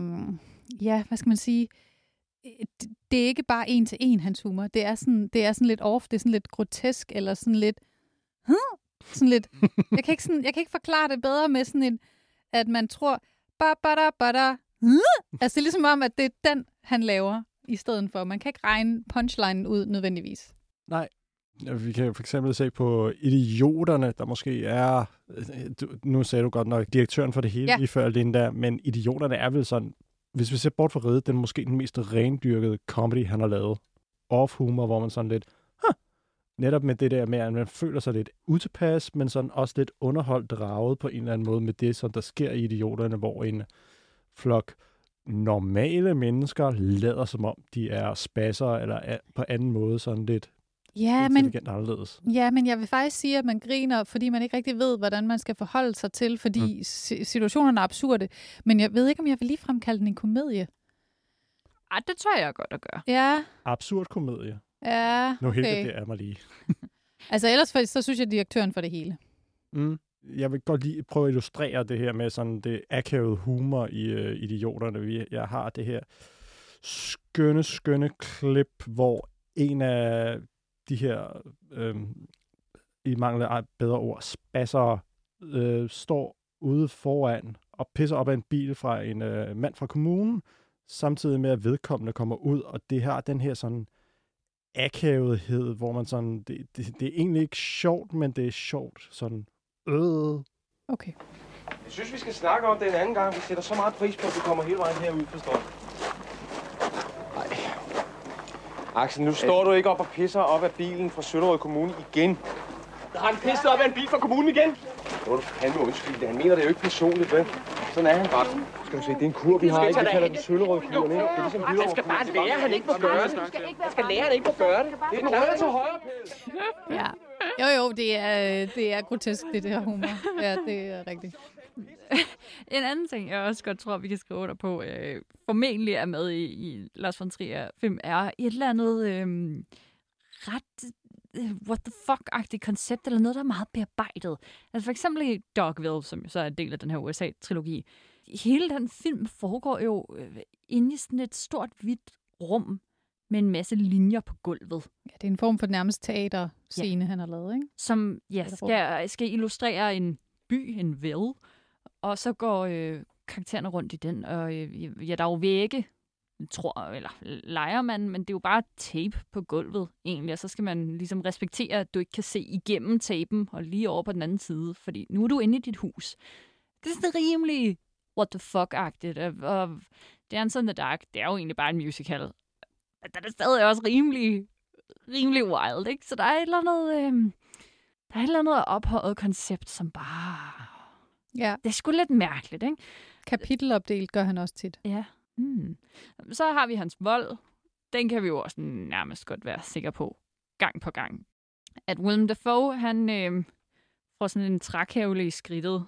ja, hvad skal man sige? Det, det er ikke bare en til en, hans humor. Det er sådan, det er sådan lidt off, det er sådan lidt grotesk, eller sådan lidt... Huh? Sådan lidt... Jeg kan, ikke sådan, jeg kan ikke forklare det bedre med sådan en... At man tror... Ba, ba, da, ba, da. Altså, det er ligesom om, at det er den, han laver, i stedet for. Man kan ikke regne punchlinen ud nødvendigvis. Nej. Vi kan for eksempel se på Idioterne, der måske er... Du, nu sagde du godt nok direktøren for det hele ja. lige før Linda, men Idioterne er vel sådan... Hvis vi ser bort fra Ride, den er måske den mest rendyrkede comedy, han har lavet. Off-humor, hvor man sådan lidt... Huh, netop med det der med, at man føler sig lidt utilpas, men sådan også lidt underholdt draget på en eller anden måde med det, som der sker i Idioterne, hvor en flok normale mennesker lader som om, de er spasser, eller er på anden måde sådan lidt ja, men, anderledes. Ja, men jeg vil faktisk sige, at man griner, fordi man ikke rigtig ved, hvordan man skal forholde sig til, fordi mm. situationerne er absurde. Men jeg ved ikke, om jeg vil ligefrem kalde den en komedie. Ej, det tror jeg godt at gøre. Ja. Absurd komedie. Ja, Nu helt okay. det er mig lige. Altså ellers for, så synes jeg, direktøren for det hele. Mm. Jeg vil godt lige prøve at illustrere det her med sådan det akavede humor i uh, Idioterne. Vi, jeg har det her skønne, skønne klip, hvor en af de her, øhm, i mangel af bedre ord, spasser, øh, står ude foran og pisser op af en bil fra en øh, mand fra kommunen, samtidig med, at vedkommende kommer ud, og det har den her sådan akavethed, hvor man sådan, det, det, det er egentlig ikke sjovt, men det er sjovt, sådan, øh. Okay. Jeg synes, vi skal snakke om det en anden gang. Vi sætter så meget pris på, at du kommer hele vejen herud, forstår du? Nej. Axel, nu står du ikke op og pisser op af bilen fra Søllerød Kommune igen. Har han pisset op af en bil fra kommunen igen? Nu er du fandme undskyld. Han mener det jo ikke personligt, vel? Sådan er han bare. Skal du se, det er en kur, vi har ikke. Vi kalder den Søllerød-kuren, ikke? Det er ligesom Han skal bare lære, han ikke må gøre det. Han skal lære, han ikke må gøre det. Det er den røde til højre, pæl. Ja. Jo, jo, det er, det er grotesk, det der humor. Ja, det er rigtigt. En anden ting, jeg også godt tror, vi kan skrive under på, øh, formentlig er med i, i Lars von Trier-film, er et eller andet øh, ret øh, what the fuck-agtigt koncept, eller noget, der er meget bearbejdet. Altså for eksempel i Dogville, som jo så er en del af den her U S A-trilogi. Hele den film foregår jo øh, inde i sådan et stort, hvidt rum med en masse linjer på gulvet. Ja, det er en form for nærmest teaterscene, ja. Han har lavet, ikke? Som ja, skal, skal illustrere en by, en ville, og så går øh, karaktererne rundt i den, og øh, ja, der er jo vægge, tror, eller leger man, men det er jo bare tape på gulvet egentlig, og så skal man ligesom respektere, at du ikke kan se igennem tapen og lige over på den anden side, fordi nu er du inde i dit hus. Det er sådan rimelig what the fuck-agtigt, og Dance in the Dark, det er jo egentlig bare en musical. Der er det stadig også rimelig, rimelig wild, ikke? Så der er et eller andet, øh, der er et eller andet ophøjet koncept, som bare... Ja. Det er sgu lidt mærkeligt, ikke? Kapitelopdelt gør han også tit. Ja. Hmm. Så har vi hans vold. Den kan vi jo også nærmest godt være sikre på, gang på gang. At Willem Dafoe, han øh, får sådan en trækævle i skridtet.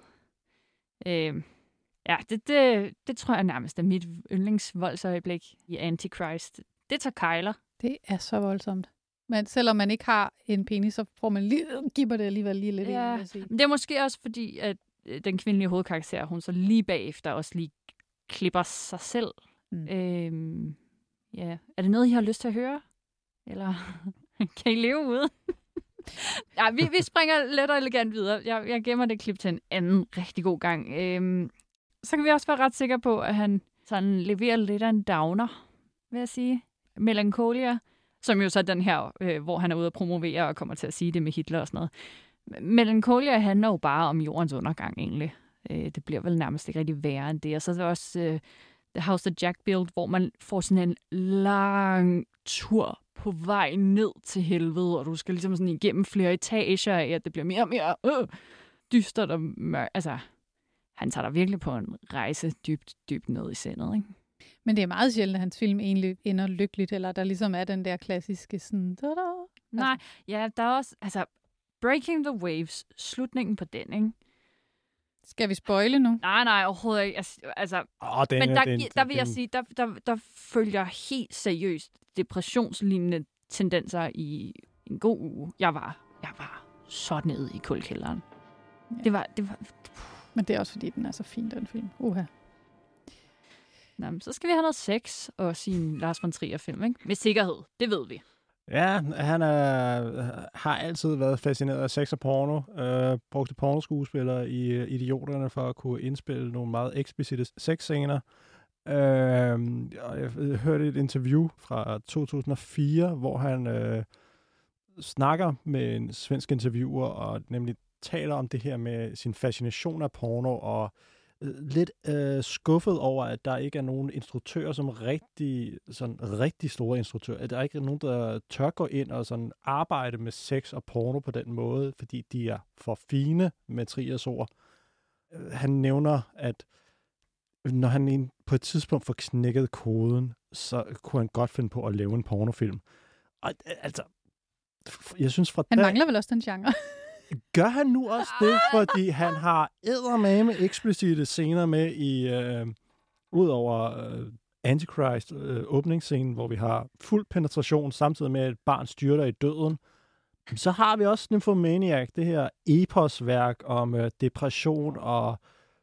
Øh, ja, det, det, det tror jeg nærmest er mit yndlingsvoldsøjeblik i Antichrist. Det tager kejler. Det er så voldsomt. Men selvom man ikke har en penis, så får man lige, giver det alligevel lige lidt. Ja, ind, men det er måske også fordi, at den kvindelige hovedkarakter, hun så lige bagefter også lige klipper sig selv. Mm. Øhm, ja. Er det noget, I har lyst til at høre? Eller kan I leve ude? Ja, vi, vi springer let og elegant videre. Jeg, jeg gemmer det klip til en anden rigtig god gang. Øhm, så kan vi også være ret sikre på, at han sådan leverer lidt af en downer, vil jeg sige. Melancholia, som jo så er den her, øh, hvor han er ude at promovere og kommer til at sige det med Hitler og sådan noget. Melancholia handler jo bare om jordens undergang, egentlig. Øh, det bliver vel nærmest ikke rigtig værre end det. Og så er der også øh, The House that Jack Built, hvor man får sådan en lang tur på vej ned til helvede, og du skal ligesom sådan igennem flere etager af, at det bliver mere og mere øh, dystert og mørkt. Altså, han tager dig virkelig på en rejse dybt, dybt ned i sindet, ikke? Men det er meget sjældent, at hans film egentlig ender lykkeligt, eller der ligesom er den der klassiske sådan... Da-da. Nej, ja, der er også... Altså, Breaking the Waves, slutningen på den, ikke? Skal vi spoile nu? Nej, nej, overhovedet ikke. Altså, oh, den, men der, den, der vil den, jeg sige, der, der, der følger helt seriøst depressionslignende tendenser i en god uge. Jeg var, jeg var så nede i kuldkælderen. Ja. Det var, det var... Men det er også, fordi den er så fin, den film. Uha. Nå, så skal vi have noget sex og sin Lars von Trier-film, ikke? Med sikkerhed, det ved vi. Ja, han er, har altid været fascineret af sex og porno. Øh, brugte pornoskuespillere i uh, Idioterne for at kunne indspille nogle meget eksplicite sexscener. Øh, og jeg hørte et interview fra to tusind og fire, hvor han øh, snakker med en svensk interviewer og nemlig taler om det her med sin fascination af porno og lidt øh, skuffet over, at der ikke er nogen instruktører, som rigtig, sådan rigtig store instruktører. At der ikke er nogen, der tør gå ind og sådan arbejde med sex og porno på den måde, fordi de er for fine med Triers ord. Han nævner, at når han på et tidspunkt får knækket koden, så kunne han godt finde på at lave en pornofilm. Og altså, jeg synes fra Han der, mangler vel også den genre. Gør han nu også det, fordi han har eddermame eksplicite scener med i, øh, ud over øh, Antichrist øh, åbningsscene, hvor vi har fuld penetration, samtidig med, at et barn styrter i døden. Så har vi også Nymphomaniac, det her eposværk om øh, depression og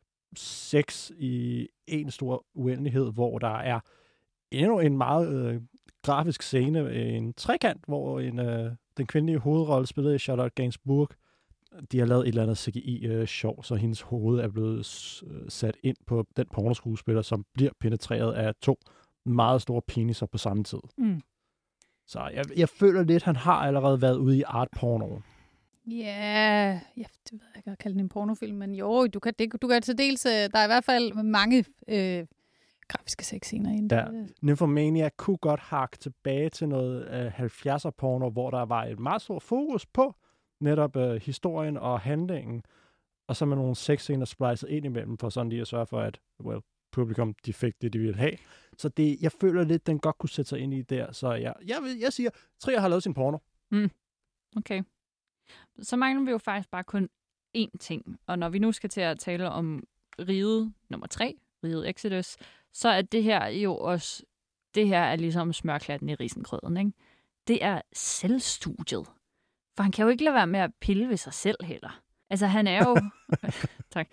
sex i en stor uendelighed, hvor der er endnu en meget øh, grafisk scene, en trekant, hvor en, øh, den kvindelige hovedrolle spillet i Charlotte Gainsbourg, de har lavet et eller andet C G I-sjov, øh, så hendes hoved er blevet s- sat ind på den pornoskuespiller, som bliver penetreret af to meget store peniser på samme tid. Mm. Så jeg, jeg føler lidt, at han har allerede været ude i art-pornoen. Ja, yeah, ja, det ved jeg ikke at kalde det en pornofilm, men jo, du kan, det, du kan til dels, der er i hvert fald mange øh, grafiske sexscener i den. Ja. Nymphomania kunne godt hakke tilbage til noget øh, halvfjerdser porno, hvor der var et meget stort fokus på netop øh, historien og handlingen, og så med nogle sexscener splicet ind imellem, for sådan lige at sørge for, at well, publikum de fik det, de ville have. Så det, jeg føler lidt, den godt kunne sætte sig ind i der. Så jeg, jeg, jeg siger, Trier har lavet sin porno. Mm. Okay. Så mangler vi jo faktisk bare kun én ting. Og når vi nu skal til at tale om riget nummer tre, riget Exodus, så er det her jo også, det her er ligesom smørklatten i risengrøden, ikke? Det er selvstudiet. For han kan jo ikke lade være med at pille ved sig selv heller. Altså han er jo... tak.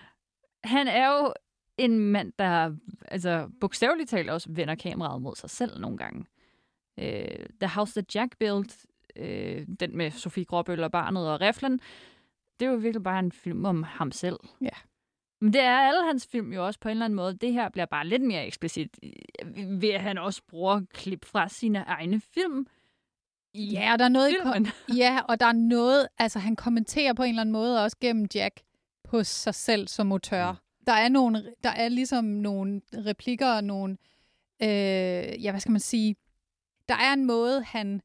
Han er jo en mand, der altså, bogstaveligt talt også vender kameraet mod sig selv nogle gange. Uh, The House That Jack Built, uh, den med Sofie Gråbøl og barnet og riflen, det er jo virkelig bare en film om ham selv. Ja. Men det er alle hans film jo også på en eller anden måde. Det her bliver bare lidt mere eksplicit, ved at han også bruger klip fra sine egne film. Ja, og der er noget filmen. I, ja, og der er noget, altså han kommenterer på en eller anden måde også gennem Jack på sig selv som autør. Mm. Der er nogle, der er ligesom nogle replikker og nogle, øh, ja, hvad skal man sige, der er en måde, han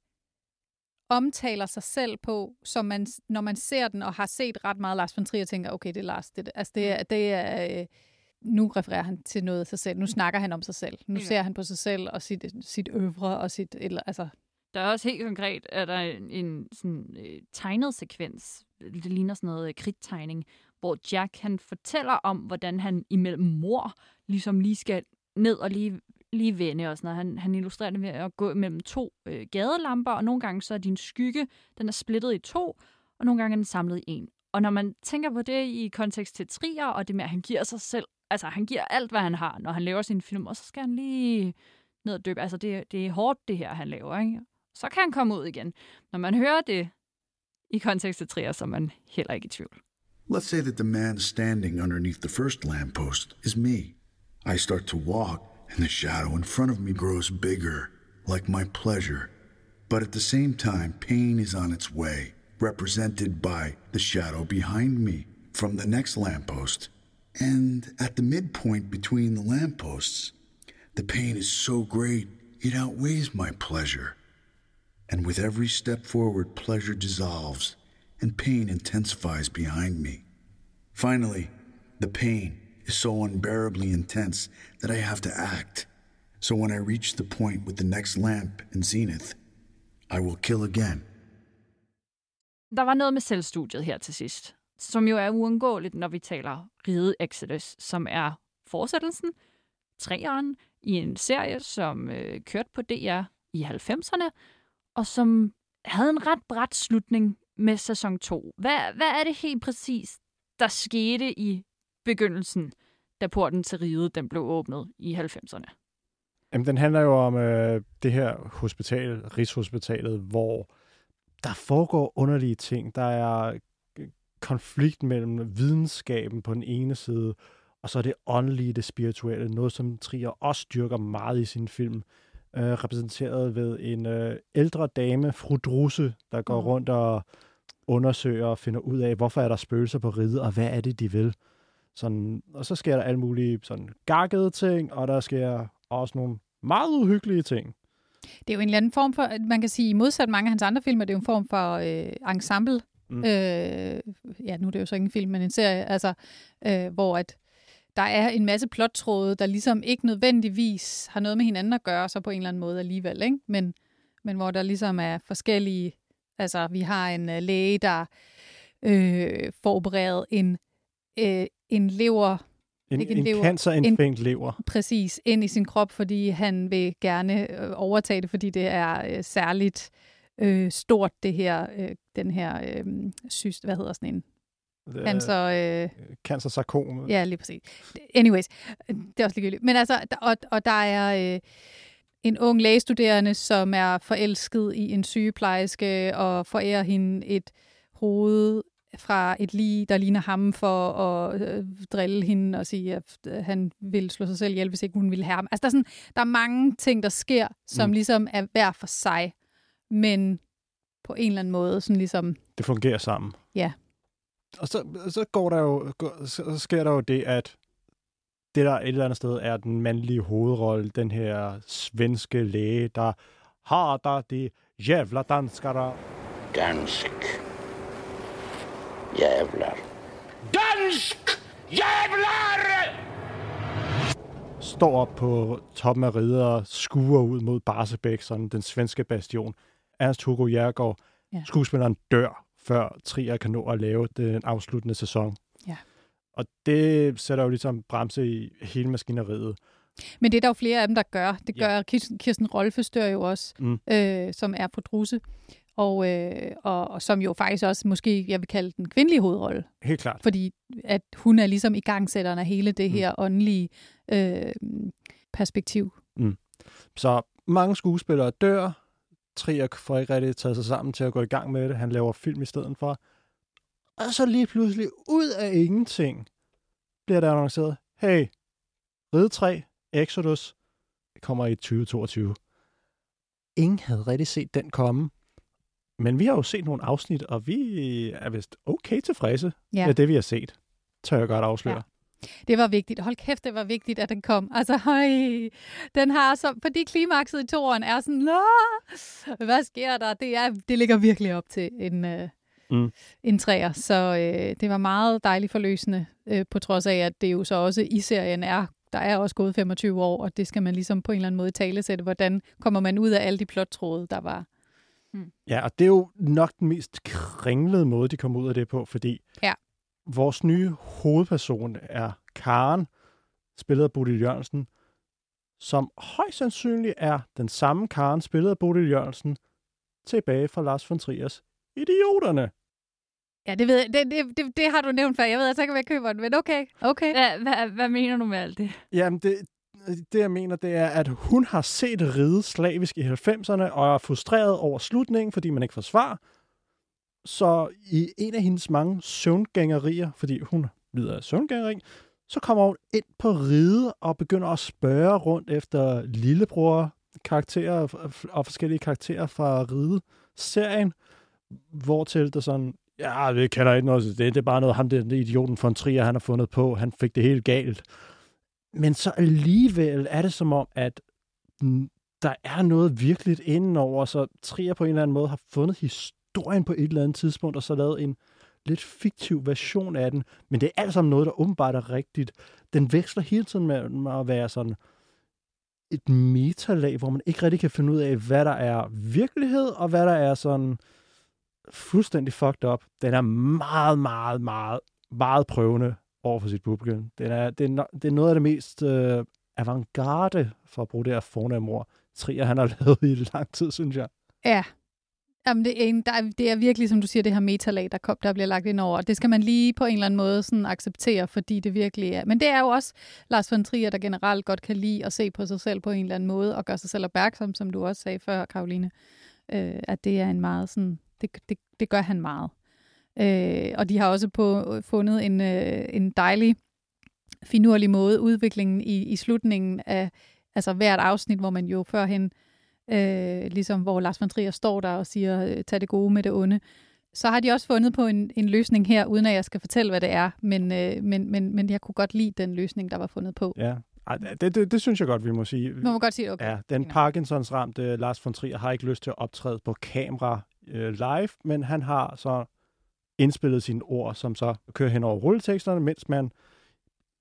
omtaler sig selv på, som man, når man ser den og har set ret meget Lars von Trier, tænker, okay, det er Lars. Det, altså det er, det er øh, nu refererer han til noget af sig selv. Nu snakker han om sig selv. Nu ja. ser han på sig selv og sit, sit øvre og sit, eller, altså. Der er også helt konkret, at der er en, en sådan, øh, tegnet sekvens, det ligner sådan noget øh, kridttegning, hvor Jack han fortæller om, hvordan han imellem mor ligesom lige skal ned og lige, lige vende og sådan noget. Han, han illustrerer det ved at gå mellem to øh, gadelamper, og nogle gange så er din skygge, den er splittet i to, og nogle gange er den samlet i en. Og når man tænker på det i kontekst til Trier, og det med, at han giver sig selv, altså han giver alt, hvad han har, når han laver sin film, og så skal han lige ned og dyppe. Altså det, det er hårdt, det her, han laver, ikke? Så kan han komme ud igen. Når man hører det i kontekst til Trier, så er man heller ikke i tvivl. Let's say that the man standing underneath the first lamppost is me. I start to walk, and the shadow in front of me grows bigger, like my pleasure. But at the same time, pain is on its way, represented by the shadow behind me from the next lamppost. And at the midpoint between the lampposts, the pain is so great, it outweighs my pleasure. And with every step forward, pleasure dissolves, and pain intensifies behind me. Finally, the pain is so unbearably intense that I have to act. So when I reach the point with the next lamp in zenith, I will kill again. Der var noget med selvstudiet her til sidst, som jo er uundgåeligt, når vi taler Riget Exodus, som er fortsættelsen, treeren, i en serie, som øh, kørte på D R i halvfemserne, og som havde en ret brat slutning med sæson to. Hvad, hvad er det helt præcis, der skete i begyndelsen, da porten til riget den blev åbnet i halvfemserne? Jamen, den handler jo om øh, det her hospital, Rigshospitalet, hvor der foregår underlige ting. Der er konflikt mellem videnskaben på den ene side, og så er det åndelige, det spirituelle, noget som Trier også styrker meget i sin film. Øh, repræsenteret ved en øh, ældre dame, fru Drusse, der går mm. rundt og undersøger og finder ud af, hvorfor er der spøgelser på riget, og hvad er det, de vil. Sådan, og så sker der alle mulige sådan gakkede ting, og der sker også nogle meget uhyggelige ting. Det er jo en eller anden form for, man kan sige, modsat mange af hans andre film, det er jo en form for øh, ensemble. Mm. Øh, ja, nu er det jo så ikke en film, men en serie, altså, øh, hvor at der er en masse plottråde, der ligesom ikke nødvendigvis har noget med hinanden at gøre, så på en eller anden måde alligevel, ikke? Men, men hvor der ligesom er forskellige, altså vi har en uh, læge, der øh, får opereret en, øh, en lever En, Ikke en en lever. cancerindfængt lever. Præcis, ind i sin krop, fordi han vil gerne øh, overtage det, fordi det er øh, særligt øh, stort, det her, øh, den her, øh, syst, hvad hedder sådan en? Cancer... Øh, Cancersarkom. ja, lige præcis. Anyways, det er også ligegyldigt. Men altså, og, og der er øh, en ung lægestuderende, som er forelsket i en sygeplejerske og forærer hende et hoved fra et lig, der ligner ham, for at øh, drille hende og sige, at øh, han vil slå sig selv ihjel, hvis ikke hun ville have ham. Altså, der er, sådan, der er mange ting, der sker, som mm. ligesom er hver for sig, men på en eller anden måde, sådan ligesom... Det fungerer sammen. Ja. Og så, så går der jo, går, så sker der jo det, at det der et eller andet sted er den mandlige hovedrolle, den her svenske læge, der har der de jävla danskere. Dansk. Jävlar. Dansk! Jävlar! Står op på toppen af rider og skuer ud mod Barsebäck, sådan den svenske bastion. Ernst Hugo Järegård, ja. Skuespilleren, dør, før Trier kan nå at lave den afsluttende sæson. Ja. Og det sætter jo ligesom bremse i hele maskineriet. Men det er der jo flere af dem, der gør. Det gør ja. Kirsten, Kirsten Rolfestør jo også, mm. øh, som er på Drusse. Og, øh, og, og som jo faktisk også, måske jeg vil kalde den kvindelige hovedrolle. Helt klart. Fordi at hun er ligesom igangsætteren af hele det her mm. åndelige øh, perspektiv. Mm. Så mange skuespillere dør. Trier får ikke rigtig taget sig sammen til at gå i gang med det. Han laver film i stedet for. Og så lige pludselig, ud af ingenting, bliver der annonceret, hey, Ride tre, Exodus, kommer i tyve toogtyve. Ingen havde rigtig set den komme. Men vi har jo set nogle afsnit, og vi er vist okay tilfredse ja. med det, vi har set. Tør jeg godt afsløre. Ja. Det var vigtigt. Hold kæft, det var vigtigt, at den kom. Altså, høj, den har så, fordi klimakset i toeren er sådan, Nå, hvad sker der? Det, er, det ligger virkelig op til en, øh, mm. en træer. Så øh, det var meget dejligt forløsende, øh, på trods af, at det jo så også i serien er, der er også gået femogtyve år, og det skal man ligesom på en eller anden måde talesætte. Hvordan kommer man ud af alle de plottråde, der var? Hmm. Ja, og det er jo nok den mest kringlede måde, de kommer ud af det på, fordi ja. vores nye hovedperson er Karen, spillet af Bodil Jørgensen, som højst sandsynligt er den samme Karen, spillet af Bodil Jørgensen, tilbage fra Lars von Triers Idioterne. Ja, det, ved jeg, det, det, det, det har du nævnt før. Jeg ved altså ikke, om jeg køber den, men okay. okay. Hvad, hvad, hvad mener du med alt det? Jamen, det, det jeg mener, det er, at hun har set ride slavisk i halvfemserne, og er frustreret over slutningen, fordi man ikke får svar. Så i en af hendes mange søvngængerier, fordi hun lider af søvngængeri, så kommer hun ind på ride og begynder at spørge rundt efter lillebror karakterer og forskellige karakterer fra ride-serien, hvortil der sådan, ja, vi kender ikke noget, det, det er bare noget, ham den idioten von Trier, han har fundet på, han fik det helt galt. Men så alligevel er det som om, at der er noget virkeligt indenover, så Trier på en eller anden måde har fundet historien på et eller andet tidspunkt, og så lavet en lidt fiktiv version af den. Men det er alt sammen noget, der åbenbart er rigtigt. Den veksler hele tiden med, med at være sådan et metalag, hvor man ikke rigtig kan finde ud af, hvad der er virkelighed, og hvad der er sådan fuldstændig fucked up. Den er meget, meget, meget, meget prøvende over for sit publikum. Den er, det, er, det er noget af det mest øh, avantgarde, for at bruge det her fornemme ord, Trier, han har lavet i lang tid, synes jeg. Ja. Jamen, det, er en, der er, det er virkelig, som du siger, det her metalag, der, kom, der bliver lagt ind over. Det skal man lige på en eller anden måde sådan acceptere, fordi det virkelig er. Men det er jo også Lars von Trier, der generelt godt kan lide at se på sig selv på en eller anden måde, og gøre sig selv opmærksom, som du også sagde før, Karoline. Øh, at det er en meget sådan, det, det, det gør han meget. Øh, og de har også på, fundet en, øh, en dejlig, finurlig måde, udviklingen i, i slutningen af altså hvert afsnit, hvor man jo førhen Øh, ligesom hvor Lars von Trier står der og siger, tag det gode med det onde. Så har de også fundet på en, en løsning her, uden at jeg skal fortælle, hvad det er. Men, øh, men, men, men jeg kunne godt lide den løsning, der var fundet på. Ja, Ej, det, det, det synes jeg godt, vi må sige. Man må godt sige det, okay. Ja, den Parkinsons-ramte Lars von Trier har ikke lyst til at optræde på kamera øh, live, men han har så indspillet sine ord, som så kører hen over rulleteksterne, mens man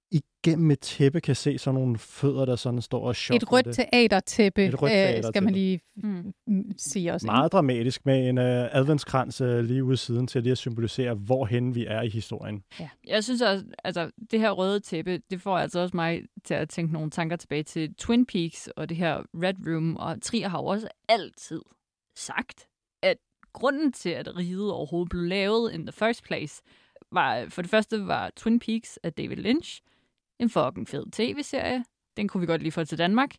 igennem et tæppe kan se sådan nogle fødder, der sådan står og shopper Et rødt det. teatertæppe, Et rødt øh, teatertæppe. skal man lige mm. sige også. Meget dramatisk med en øh, adventskrans øh, lige ude siden til lige at symbolisere, hvorhen vi er i historien. Ja. Jeg synes også, altså det her røde tæppe, det får altså også mig til at tænke nogle tanker tilbage til Twin Peaks og det her Red Room, og Trier har jo også altid sagt, at grunden til, at riget overhovedet blev lavet in the first place, var, for det første var Twin Peaks af David Lynch, en fucking fed tv-serie. Den kunne vi godt lige få til Danmark.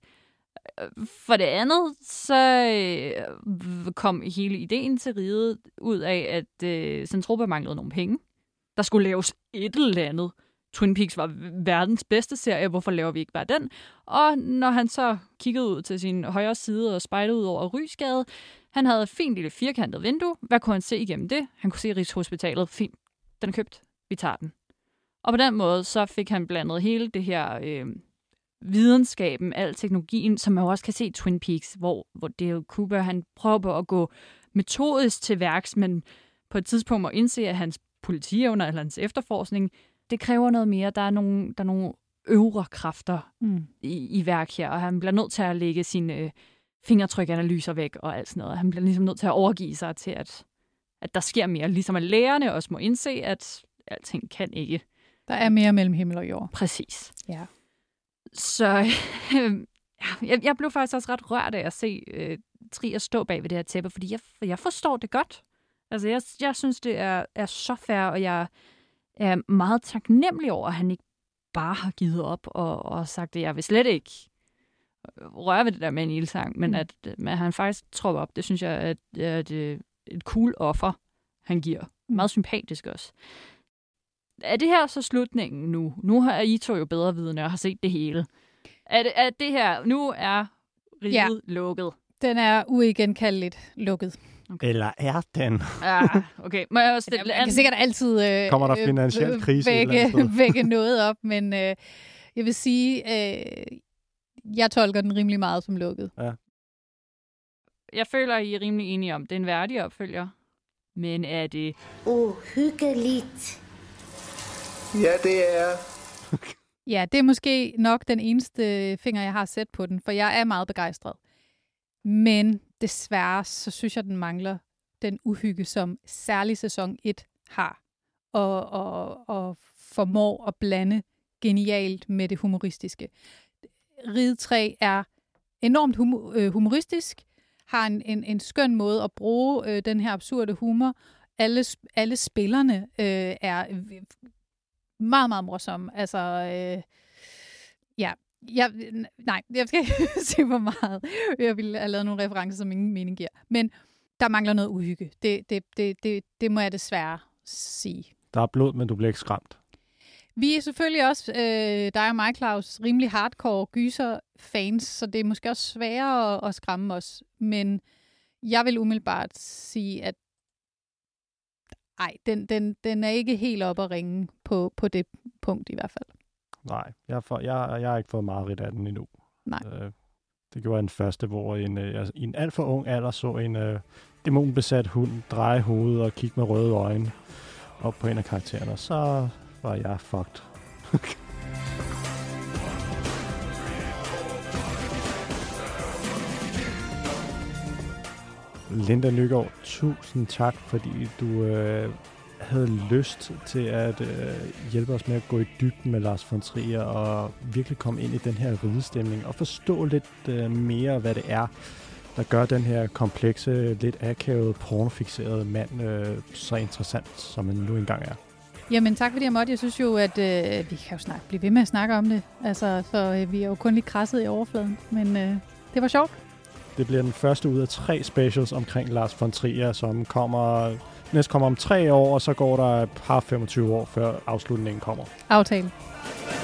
For det andet, så øh, kom hele ideen til riget ud af, at øh, Zentropa manglede nogle penge. Der skulle laves et eller andet. Twin Peaks var verdens bedste serie, hvorfor laver vi ikke bare den? Og når han så kiggede ud til sin højre side og spejlede ud over Rysgade, han havde et fint lille firkantet vindue. Hvad kunne han se igennem det? Han kunne se Rigshospitalet. Fint, den er købt. Vi tager den. Og på den måde, så fik han blandet hele det her øh, videnskaben, al teknologien, som man jo også kan se i Twin Peaks, hvor, hvor Dale Cooper, han prøver på at gå metodisk til værks, men på et tidspunkt må indse, at hans politievner eller hans efterforskning, det kræver noget mere. Der er nogle, der er nogle øvre kræfter mm. i, i værk her, og han bliver nødt til at lægge sine øh, fingertrykanalyser væk og alt sådan noget. Han bliver ligesom nødt til at overgive sig til, at, at der sker mere. Ligesom at lærerne også må indse, at alting kan ikke. Der er mere mellem himmel og jord. Præcis. Ja. Så øh, jeg, jeg blev faktisk også ret rørt af at se øh, Trier stå bag ved det her tæppe, fordi jeg, jeg forstår det godt. Altså, jeg, jeg synes, det er, er så fair, og jeg er meget taknemmelig over, at han ikke bare har givet op og, og sagt, at jeg vil slet ikke røre ved det der med en ildsang, men mm. at, at han faktisk tror op, det synes jeg er et, et, et cool offer, han giver. Mm. Meget sympatisk også. Er det her så slutningen nu? Nu har I to jo bedre vidne og har set det hele. Er det, er det her, nu er riget ja. lukket? Den er uigenkaldeligt lukket. Okay. Eller er den? Ah, okay. Må jeg også stille Man kan sikkert altid øh, kommer der finansiel øh, krise vække, vække noget op, men øh, jeg vil sige, øh, jeg tolker den rimelig meget som lukket. Ja. Jeg føler, I er rimelig enige om, det er en værdig opfølger. Men er det uhyggeligt? Ja, det er. Ja, det er måske nok den eneste finger, jeg har sat på den, for jeg er meget begejstret. Men desværre, så synes jeg, den mangler den uhygge, som særlig sæson et har. Og, og, og formår at blande genialt med det humoristiske. Riget tre er enormt hum- humoristisk, har en, en, en skøn måde at bruge øh, den her absurde humor. Alle, alle spillerne øh, er meget, meget morsomme. Altså, øh, ja. Jeg, nej, jeg skal ikke se for meget. Jeg ville have lavet nogle referencer, som ingen mening giver. Men der mangler noget uhygge. Det, det, det, det, det må jeg desværre sige. Der er blod, men du bliver ikke skræmt. Vi er selvfølgelig også, øh, dig og mig, Claus, rimelig hardcore gyser-fans, så det er måske også sværere at, at skræmme os. Men jeg vil umiddelbart sige, at ej, den, den, den er ikke helt oppe at ringe på, på det punkt i hvert fald. Nej, jeg, får, jeg, jeg har ikke fået mareridt af den endnu. Nej. Øh, det gjorde den første, hvor en, øh, i en alt for ung alder så en øh, dæmonbesat hund dreje hovedet og kigge med røde øjne op på en af karaktererne. Så var jeg fucked. Linda Nygaard, tusind tak, fordi du øh, havde lyst til at øh, hjælpe os med at gå i dybden med Lars von Trier og virkelig komme ind i den her ridestemning og forstå lidt øh, mere, hvad det er, der gør den her komplekse, lidt akavede, pornofixerede mand øh, så interessant, som han nu engang er. Jamen tak fordi jeg måtte. Jeg synes jo, at øh, vi kan jo snakke, blive ved med at snakke om det. Altså, så øh, vi er jo kun lidt krasset i overfladen, men øh, det var sjovt. Det bliver den første ud af tre specials omkring Lars von Trier, som kommer næste kommer om tre år, og så går der et par femogtyve år, før afslutningen kommer. Aftale.